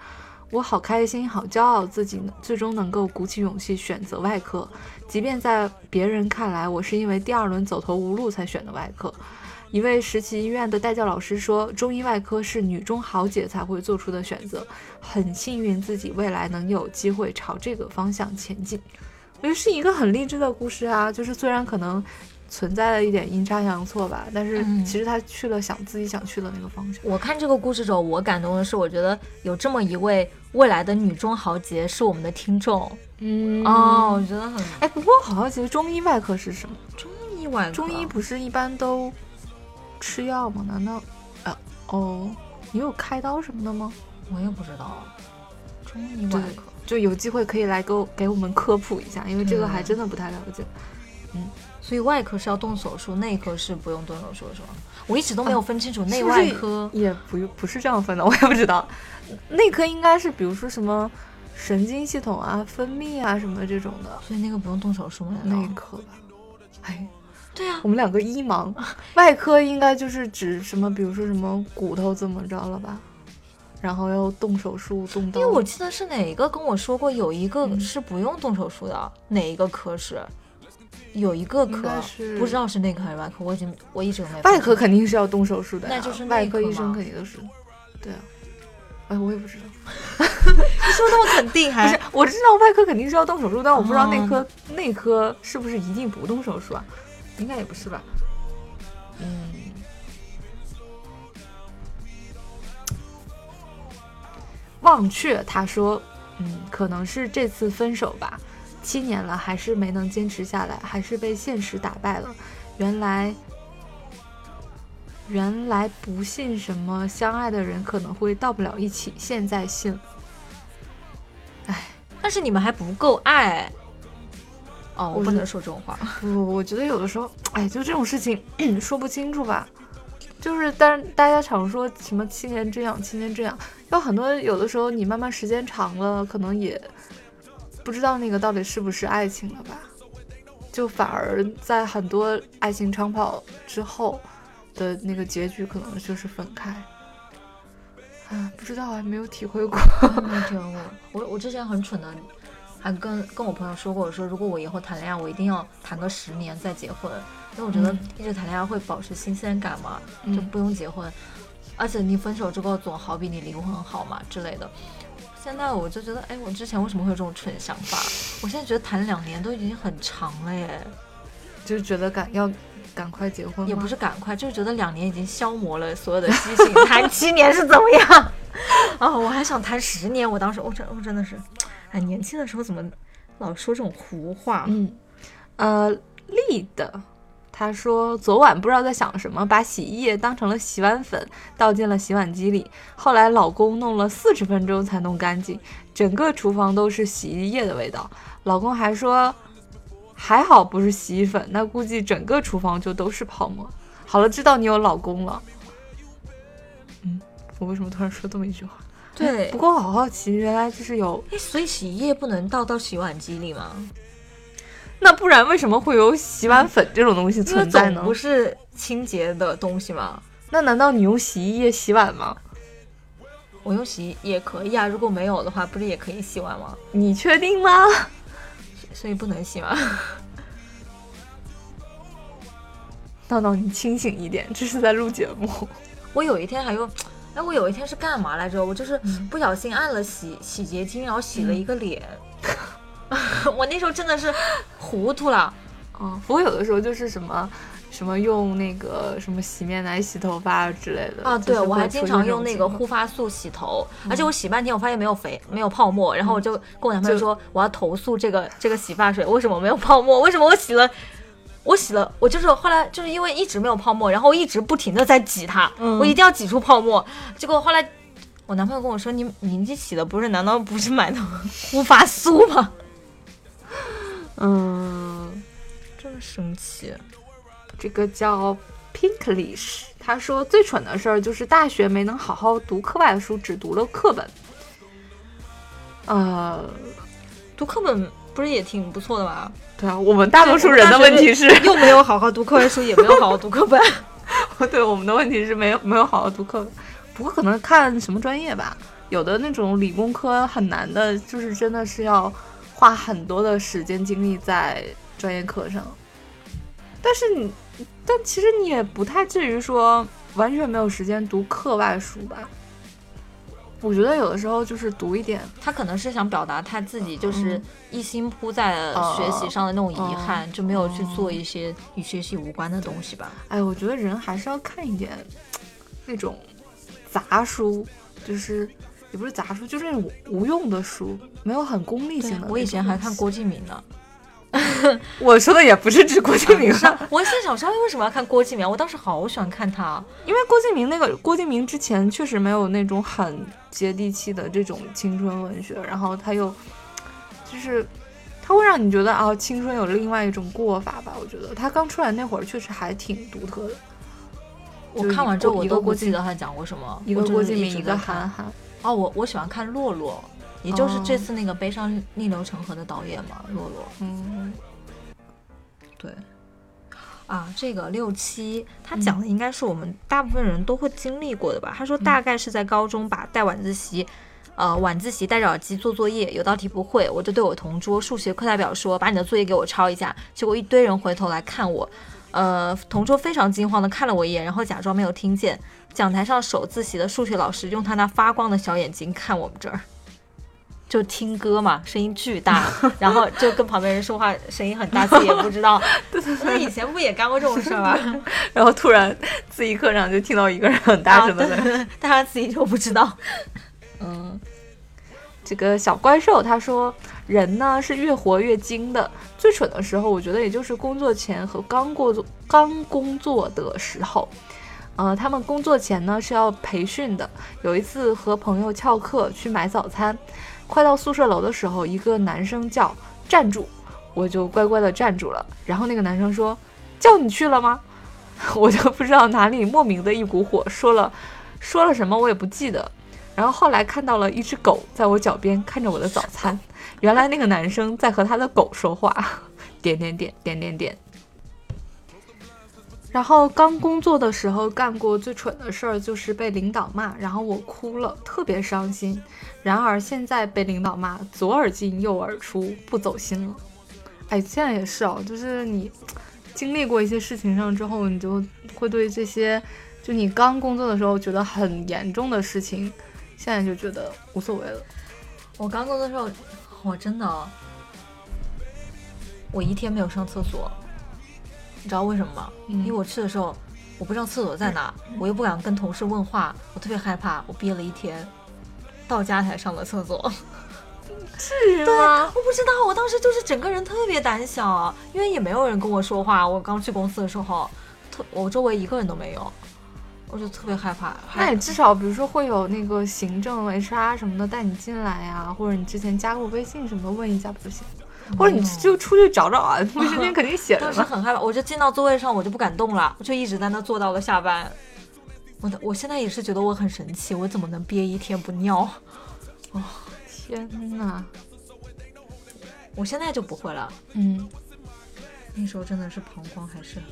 我好开心好骄傲自己最终能够鼓起勇气选择外科，即便在别人看来我是因为第二轮走投无路才选的外科。一位实习医院的代教老师说，中医外科是女中豪杰才会做出的选择，很幸运自己未来能有机会朝这个方向前进。我觉得是一个很励志的故事啊，就是虽然可能存在了一点阴差阳错吧，但是其实他去了想自己想去的那个方向。 嗯、我看这个故事之后，我感动的是，我觉得有这么一位未来的女中豪杰是我们的听众。 嗯， 哦，我觉得很哎，不过好好奇中医外科是什么？ 中医外科， 中医不是一般都吃药吗？难道啊哦，你有开刀什么的吗？ 我也不知道。中医外科就有机会可以来给我给我们科普一下，因为这个还真的不太了解。嗯，嗯所以外科是要动手术，内科是不用动手术是吧？我一直都没有分清楚内外科， 啊、是是也不不是这样分的，我也不知道。内科应该是比如说什么神经系统啊、分泌啊什么这种的， 所以那个不用动手术吗？ 内科吧？哎。 对啊， 我们两个医盲，外科应该就是指什么，比如说什么骨头怎么着了吧，然后要动手术动刀。 因为我记得是哪一个跟我说过，有一个是不用动手术的，嗯、哪一个科室？有一个科不知道是内科还是外科，我已经我一直没。 外科肯定是要动手术的、啊， 那就是外科医生肯定都是。对啊，哎，我也不知道。 你说那么肯定还？ 不是，我知道外科肯定是要动手术，但我不知道内科、嗯、内科是不是一定不动手术啊？应该也不是吧。嗯，忘却他说，嗯，可能是这次分手吧，七年了还是没能坚持下来，还是被现实打败了。原来原来不信什么相爱的人可能会到不了一起，现在信了。哎， 但是你们还不够爱。哦，我不能说这种话。 不，我觉得有的时候，哎，就这种事情说不清楚吧。就是，但是大家常说什么七年之痒，七年之痒，有很多有的时候你慢慢时间长了，可能也不知道那个到底是不是爱情了吧。就反而在很多爱情长跑之后的那个结局，可能就是分开。啊，不知道，还没有体会过。 没有体会过。我我之前很蠢的。还跟跟我朋友说过，我说如果我以后谈恋爱，我一定要谈个十年再结婚，因为我觉得一直谈恋爱会保持新鲜感嘛，嗯、就不用结婚，而且你分手之后总好比你离婚好嘛之类的。现在我就觉得，哎，我之前为什么会有这种蠢想法？我现在觉得谈两年都已经很长了耶， 就是觉得赶要赶快结婚吗？ 也不是赶快，就是觉得两年已经消磨了所有的激情，谈七年是怎么样？啊，我还想谈十年，我当时我真我真的是。哎，年轻的时候怎么老说这种胡话？ 嗯，呃，丽的，他说昨晚不知道在想什么，把洗衣液当成了洗碗粉，倒进了洗碗机里。后来老公弄了四十分钟才弄干净，整个厨房都是洗衣液的味道。老公还说还好不是洗衣粉，那估计整个厨房就都是泡沫。好了，知道你有老公了。嗯，我为什么突然说这么一句话？ 对， 不过我好好奇，原来就是有， 所以洗衣液不能倒到洗碗机里吗？ 那不然为什么会有洗碗粉这种东西存在呢？ 总不是清洁的东西吗？ 那难道你用洗衣液洗碗吗？ 我用洗衣液可以啊，如果没有的话，不是也可以洗碗吗？ 你确定吗？ 所以不能洗吗？ 闹闹，你清醒一点，这是在录节目。 我有一天还用。哎，我有一天是干嘛来着？我就是不小心按了洗、嗯、洗洁精，然后洗了一个脸。嗯、我那时候真的是糊涂了。 嗯，不过有的时候就是什么什么用那个什么洗面奶洗头发之类的啊。对，我还经常用那个护发素洗头，嗯、而且我洗半天我发现没有肥没有泡沫，然后我就跟我男朋友说我要投诉这个这个洗发水为什么没有泡沫？为什么我洗了？我洗了，我就是后来就是因为一直没有泡沫，然后我一直不停的在挤它，嗯、我一定要挤出泡沫。结果后来我男朋友跟我说：“你你这洗的不是？难道不是买的护发素吗？” 嗯， 真的生气。 这个叫 Pinklish， 他说最蠢的事儿就是大学没能好好读课外的书，只读了课本。呃， 读课本不是也挺不错的吗？ 对啊，我们大多数人的问题是又没有好好读课外书，也没有好好读课本。 对，我们的问题是没有没有好好读课本。不过可能看什么专业吧， 有的那种理工科很难的，就是真的是要花很多的时间精力在专业课上。但是你，但其实你也不太至于说完全没有时间读课外书吧。我觉得有的时候就是读一点， 他可能是想表达他自己就是一心扑在学习上的那种遗憾，嗯、就没有去做一些与学习无关的东西吧。 哎，我觉得人还是要看一点那种杂书，就是也不是杂书，就是那种无用的书，没有很功利性的。 我以前还看郭敬明呢。 我说的也不是指郭敬明啊， 我心想说为什么要看郭敬明？我当时好喜欢看他， 因为郭敬明那个郭敬明之前确实没有那种很接地气的这种青春文学，然后他又就是他会让你觉得啊，青春有另外一种过法吧。我觉得他刚出来那会儿确实还挺独特的。 我看完之后我都不记得他讲过什么， 一个郭敬明，一个韩寒。 哦，我我喜欢看洛洛。也就是这次那个悲伤逆流成河的导演嘛，洛洛。 嗯， 对。啊，这个六七他讲的应该是我们大部分人都会经历过的吧。他说大概是在高中吧，带晚自习，呃，晚自习戴着耳机做作业，有道题不会，我就对我同桌数学课代表说，把你的作业给我抄一下。结果一堆人回头来看我，呃，同桌非常惊慌的看了我一眼，然后假装没有听见。讲台上首自习的数学老师用他那发光的小眼睛看我们这儿。就听歌嘛，声音巨大，然后就跟旁边人说话声音很大，自己也不知道。 对对对， 以前不也干过这种事吗？ 然后突然自习课上就听到一个人很大声的人， 啊、但他自己就不知道。 嗯，这个小怪兽他说，人呢是越活越精的，最蠢的时候，我觉得也就是工作前和刚过作刚工作的时候。呃，他们工作前呢是要培训的。有一次和朋友翘课去买早餐，快到宿舍楼的时候，一个男生叫站住，我就乖乖的站住了。然后那个男生说，叫你去了吗？我就不知道哪里莫名的一股火，说了说了什么我也不记得。然后后来看到了一只狗在我脚边看着我的早餐，原来那个男生在和他的狗说话，点点点点点点。然后刚工作的时候干过最蠢的事儿就是被领导骂，然后我哭了，特别伤心。然而现在被领导骂，左耳进右耳出，不走心了。哎，现在也是哦，就是你经历过一些事情上之后，你就会对这些就你刚工作的时候觉得很严重的事情，现在就觉得无所谓了。 我刚工作的时候，我真的我一天没有上厕所。你知道为什么吗？嗯、因为我去的时候我不知道厕所在哪，我又不敢跟同事问话，我特别害怕，我憋了一天，到家才上了厕所。 至于吗？ 对，我不知道，我当时就是整个人特别胆小，因为也没有人跟我说话。我刚去公司的时候，特我周围一个人都没有，我就特别害怕。 那你至少比如说会有那个行政 H R 什么的带你进来呀、啊，或者你之前加过微信什么的问一下不就行？或者你就出去找找啊，卫生间肯定写着呢。 当时很害怕，我就进到座位上，我就不敢动了，我就一直在那坐到了下班。我的，我现在也是觉得我很神奇，我怎么能憋一天不尿？ 哦，天哪！ 我现在就不会了。 嗯， 那时候真的是膀胱还是很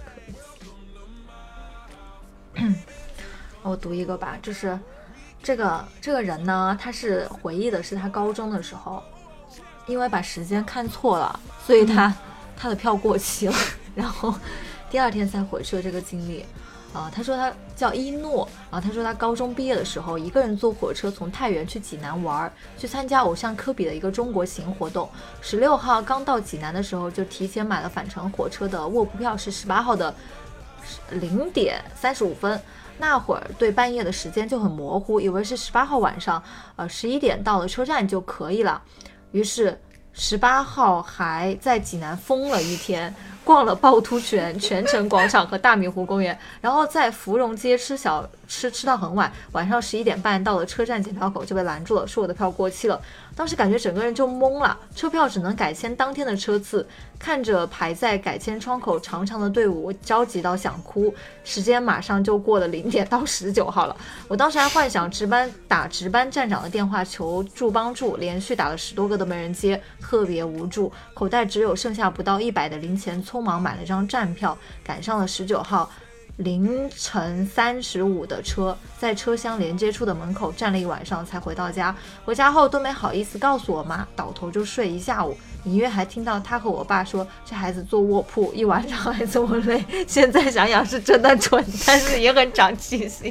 可以。我读一个吧，就是这个这个人呢，他是回忆的是他高中的时候。因为把时间看错了，所以他、嗯、他的票过期了，然后第二天才回去的这个经历。啊、呃，他说他叫一诺，然后他说他高中毕业的时候，一个人坐火车从太原去济南玩，去参加偶像科比的一个中国行活动。十六号刚到济南的时候，就提前买了返程火车的卧铺票，是十八号的零点三十五分。那会儿对半夜的时间就很模糊，以为是十八号晚上，呃，十一点到了车站就可以了。于是十八号还在济南疯了一天，逛了趵突泉、泉城广场和大明湖公园，然后在芙蓉街吃小吃吃到很晚，晚上十一点半到了车站检票口就被拦住了，说我的票过期了。当时感觉整个人就懵了，车票只能改签当天的车次，看着排在改签窗口长长的队伍，我着急到想哭。时间马上就过了零点到十九号了，我当时还幻想值班打值班站长的电话求助帮助，连续打了十多个都没人接，特别无助，口袋只有剩下不到一百的零钱，匆忙买了张站票，赶上了十九号。 凌晨三十五的车，在车厢连接处的门口站了一晚上才回到家。回家后都没好意思告诉我妈，倒头就睡一下午。隐约还听到他和我爸说这孩子坐卧铺一晚上还这么累。现在想想是真的蠢，但是也很长记性。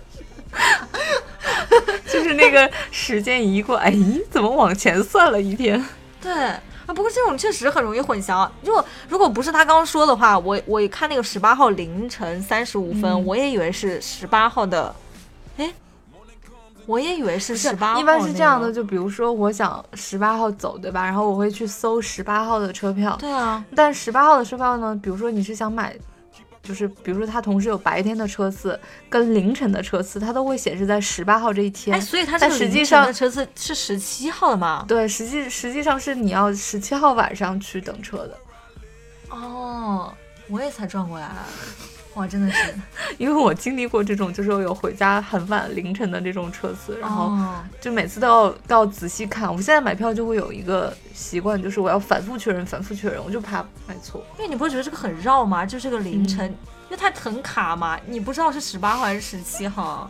就是那个时间一过，哎，怎么往前算了一天？ 对啊，不过这种确实很容易混淆。如果如果不是他刚刚说的话，我我看那个十八号凌晨三十五分、嗯，我也以为是十八号的，哎，我也以为是十八号、那个。 一般是这样的，就比如说我想十八号走，对吧？然后我会去搜十八号的车票。 对啊， 但十八号的车票呢，比如说你是想买。就是比如说它同时有白天的车次跟凌晨的车次，它都会显示在十八号这一天。 哎，所以它这个凌晨的车次是十七号的吗？ 对，实际实际上是你要十七号晚上去等车的。 哦，我也才转过来，哇，真的是， 因为我经历过这种，就是我有回家很晚凌晨的这种车次，然后就每次都要都要仔细看。我现在买票就会有一个习惯，就是我要反复确认，反复确认，我就怕买错。 因为你不会觉得这个很绕吗？就这个凌晨，嗯、因为它很卡嘛，你不知道是十八号还是十七号。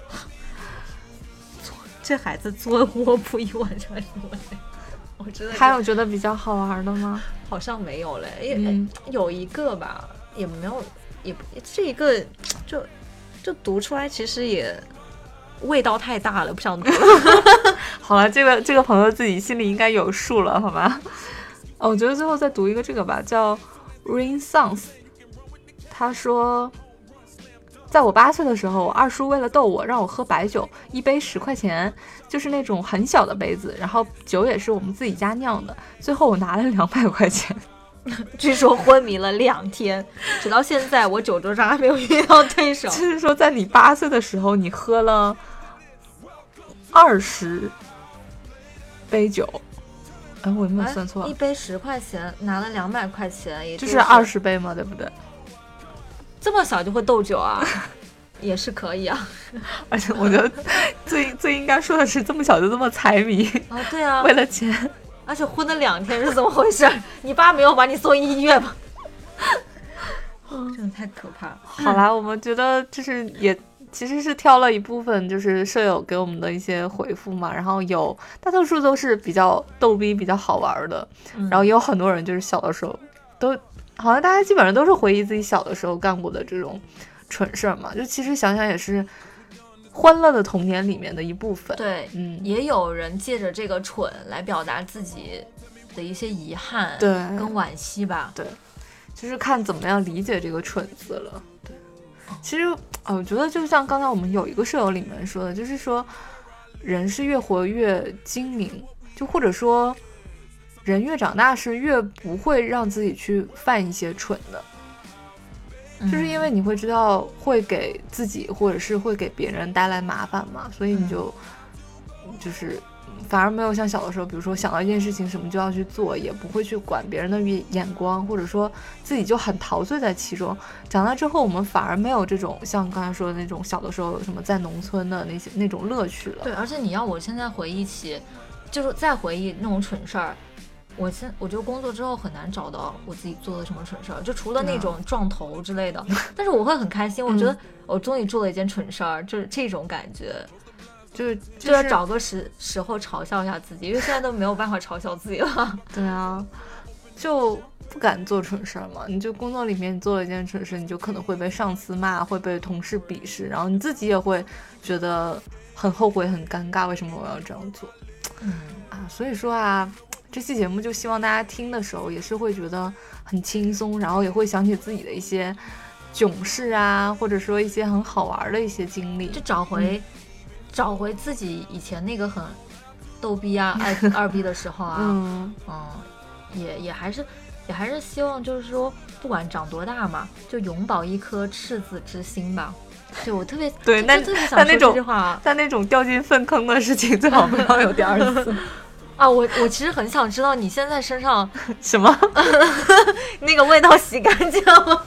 这孩子坐卧铺一晚上这么累，我真的。 还有觉得比较好玩的吗？ 好像没有嘞，嗯、有一个吧，也没有。也这一个就就读出来，其实也味道太大了，不想读了。 好了，这个这个朋友自己心里应该有数了，好吗？哦，我觉得最后再读一个这个吧，叫 Rain Songs。他说，在我八岁的时候，我二叔为了逗我，让我喝白酒，一杯十块钱，就是那种很小的杯子，然后酒也是我们自己家酿的。最后我拿了两百块钱。 据说昏迷了两天，直到现在我酒桌上还没有遇到对手。 就是说，在你八岁的时候，你喝了二十杯酒，哎，我有没有算错？ 一杯十块钱，拿了两百块钱，也就是二十杯嘛，对不对？ 这么小就会斗酒啊，也是可以啊。 而且我觉得最最应该说的是，这么小就这么财迷啊，对啊， 为了钱。 而且昏了两天是怎么回事？你爸没有把你送医院吧？真的太可怕了。 好啦，我们觉得就是也其实是挑了一部分，就是舍友给我们的一些回复嘛，然后有大多数都是比较逗逼、比较好玩的，嗯、然后也有很多人就是小的时候都好像大家基本上都是回忆自己小的时候干过的这种蠢事儿嘛，就其实想想也是。欢乐的童年里面的一部分。 对，嗯，也有人借着这个蠢来表达自己的一些遗憾， 对， 跟惋惜吧。 对，就是看怎么样理解这个蠢字了。对，其实呃，我觉得就像刚才我们有一个舍友里面说的，就是说人是越活越精明，就或者说人越长大是越不会让自己去犯一些蠢的。就是因为你会知道会给自己或者是会给别人带来麻烦嘛，所以你就、嗯、就是反而没有像小的时候，比如说想到一件事情什么就要去做，也不会去管别人的眼光，或者说自己就很陶醉在其中。长大之后我们反而没有这种像刚才说的那种小的时候什么在农村的那些那种乐趣了。 对，而且你要我现在回忆起，就是再回忆那种蠢事儿，我现我觉得工作之后很难找到我自己做的什么蠢事儿，就除了那种撞头之类的，但是我会很开心，我觉得我终于做了一件蠢事儿，就是这种感觉， 就是就要找个时时候嘲笑一下自己，因为现在都没有办法嘲笑自己了。 对啊，就不敢做蠢事儿嘛。你就工作里面你做了一件蠢事，你就可能会被上司骂，会被同事鄙视，然后你自己也会觉得很后悔、很尴尬，为什么我要这样做？嗯啊，所以说啊。这期节目就希望大家听的时候也是会觉得很轻松，然后也会想起自己的一些囧事啊，或者说一些很好玩的一些经历， 就找回、嗯、找回自己以前那个很逗逼啊、爱二逼的时候啊，嗯, 嗯也也还是也还是希望就是说，不管长多大嘛，就永葆一颗赤子之心吧。对，我特别对，那特别想说这句话， 但那种掉进粪坑的事情最好不要有第二次。 啊，我我其实很想知道你现在身上什么那个味道洗干净了吗？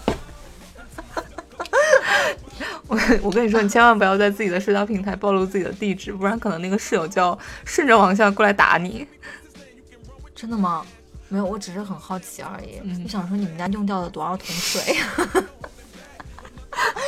我我跟你说，你千万不要在自己的社交平台暴露自己的地址，不然可能那个室友就要顺着往下过来打你。 真的吗？没有，我只是很好奇而已。嗯、我想说你们家用掉了多少桶水？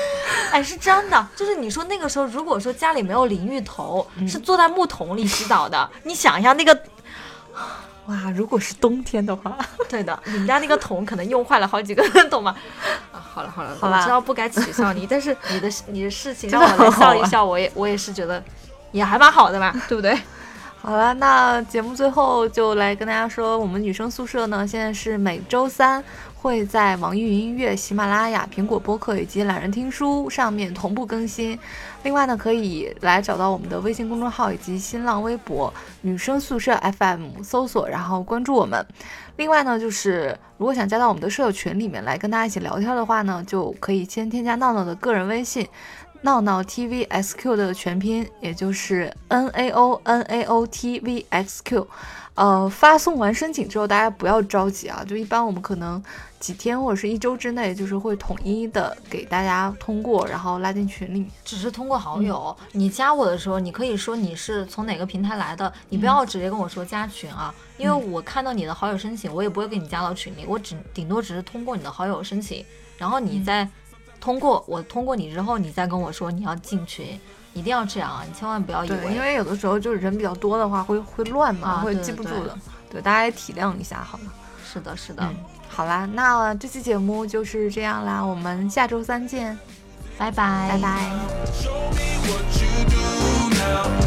哎，是真的，就是你说那个时候，如果说家里没有淋浴头，嗯、是坐在木桶里洗澡的，你想一下那个。 哇，如果是冬天的话， 对的，你们家那个桶可能用坏了好几个，懂吗？啊，好了好了， 好了， 我知道不该取笑你，但是你的你的事情让我来笑一笑，我也我也是觉得也还蛮好的嘛，对不对？ 好了，那节目最后就来跟大家说，我们女生宿舍呢，现在是每周三会在网易云音乐、喜马拉雅、苹果播客以及懒人听书上面同步更新。另外呢，可以来找到我们的微信公众号以及新浪微博“女生宿舍 F M” 搜索，然后关注我们。另外呢，就是如果想加到我们的舍友群里面来跟大家一起聊天的话呢，就可以先添加闹闹的个人微信。闹闹 T V X Q 的全拼，也就是 N A O N A O T V X Q， 呃，发送完申请之后，大家不要着急啊，就一般我们可能几天或者是一周之内，就是会统一的给大家通过，然后拉进群里面。 只是通过好友，嗯、你加我的时候，你可以说你是从哪个平台来的，你不要直接跟我说加群啊，嗯、因为我看到你的好友申请，我也不会给你加到群里，我只顶多只是通过你的好友申请，然后你再。嗯通过我通过你之后，你再跟我说你要进群，一定要这样啊！你千万不要以为， 因为有的时候就是人比较多的话，会会乱嘛， 啊、 会记不住的。对, 对，大家也体谅一下，好吗？ 是的，是的。 嗯、好啦，那这期节目就是这样啦，我们下周三见， 拜拜， 拜拜。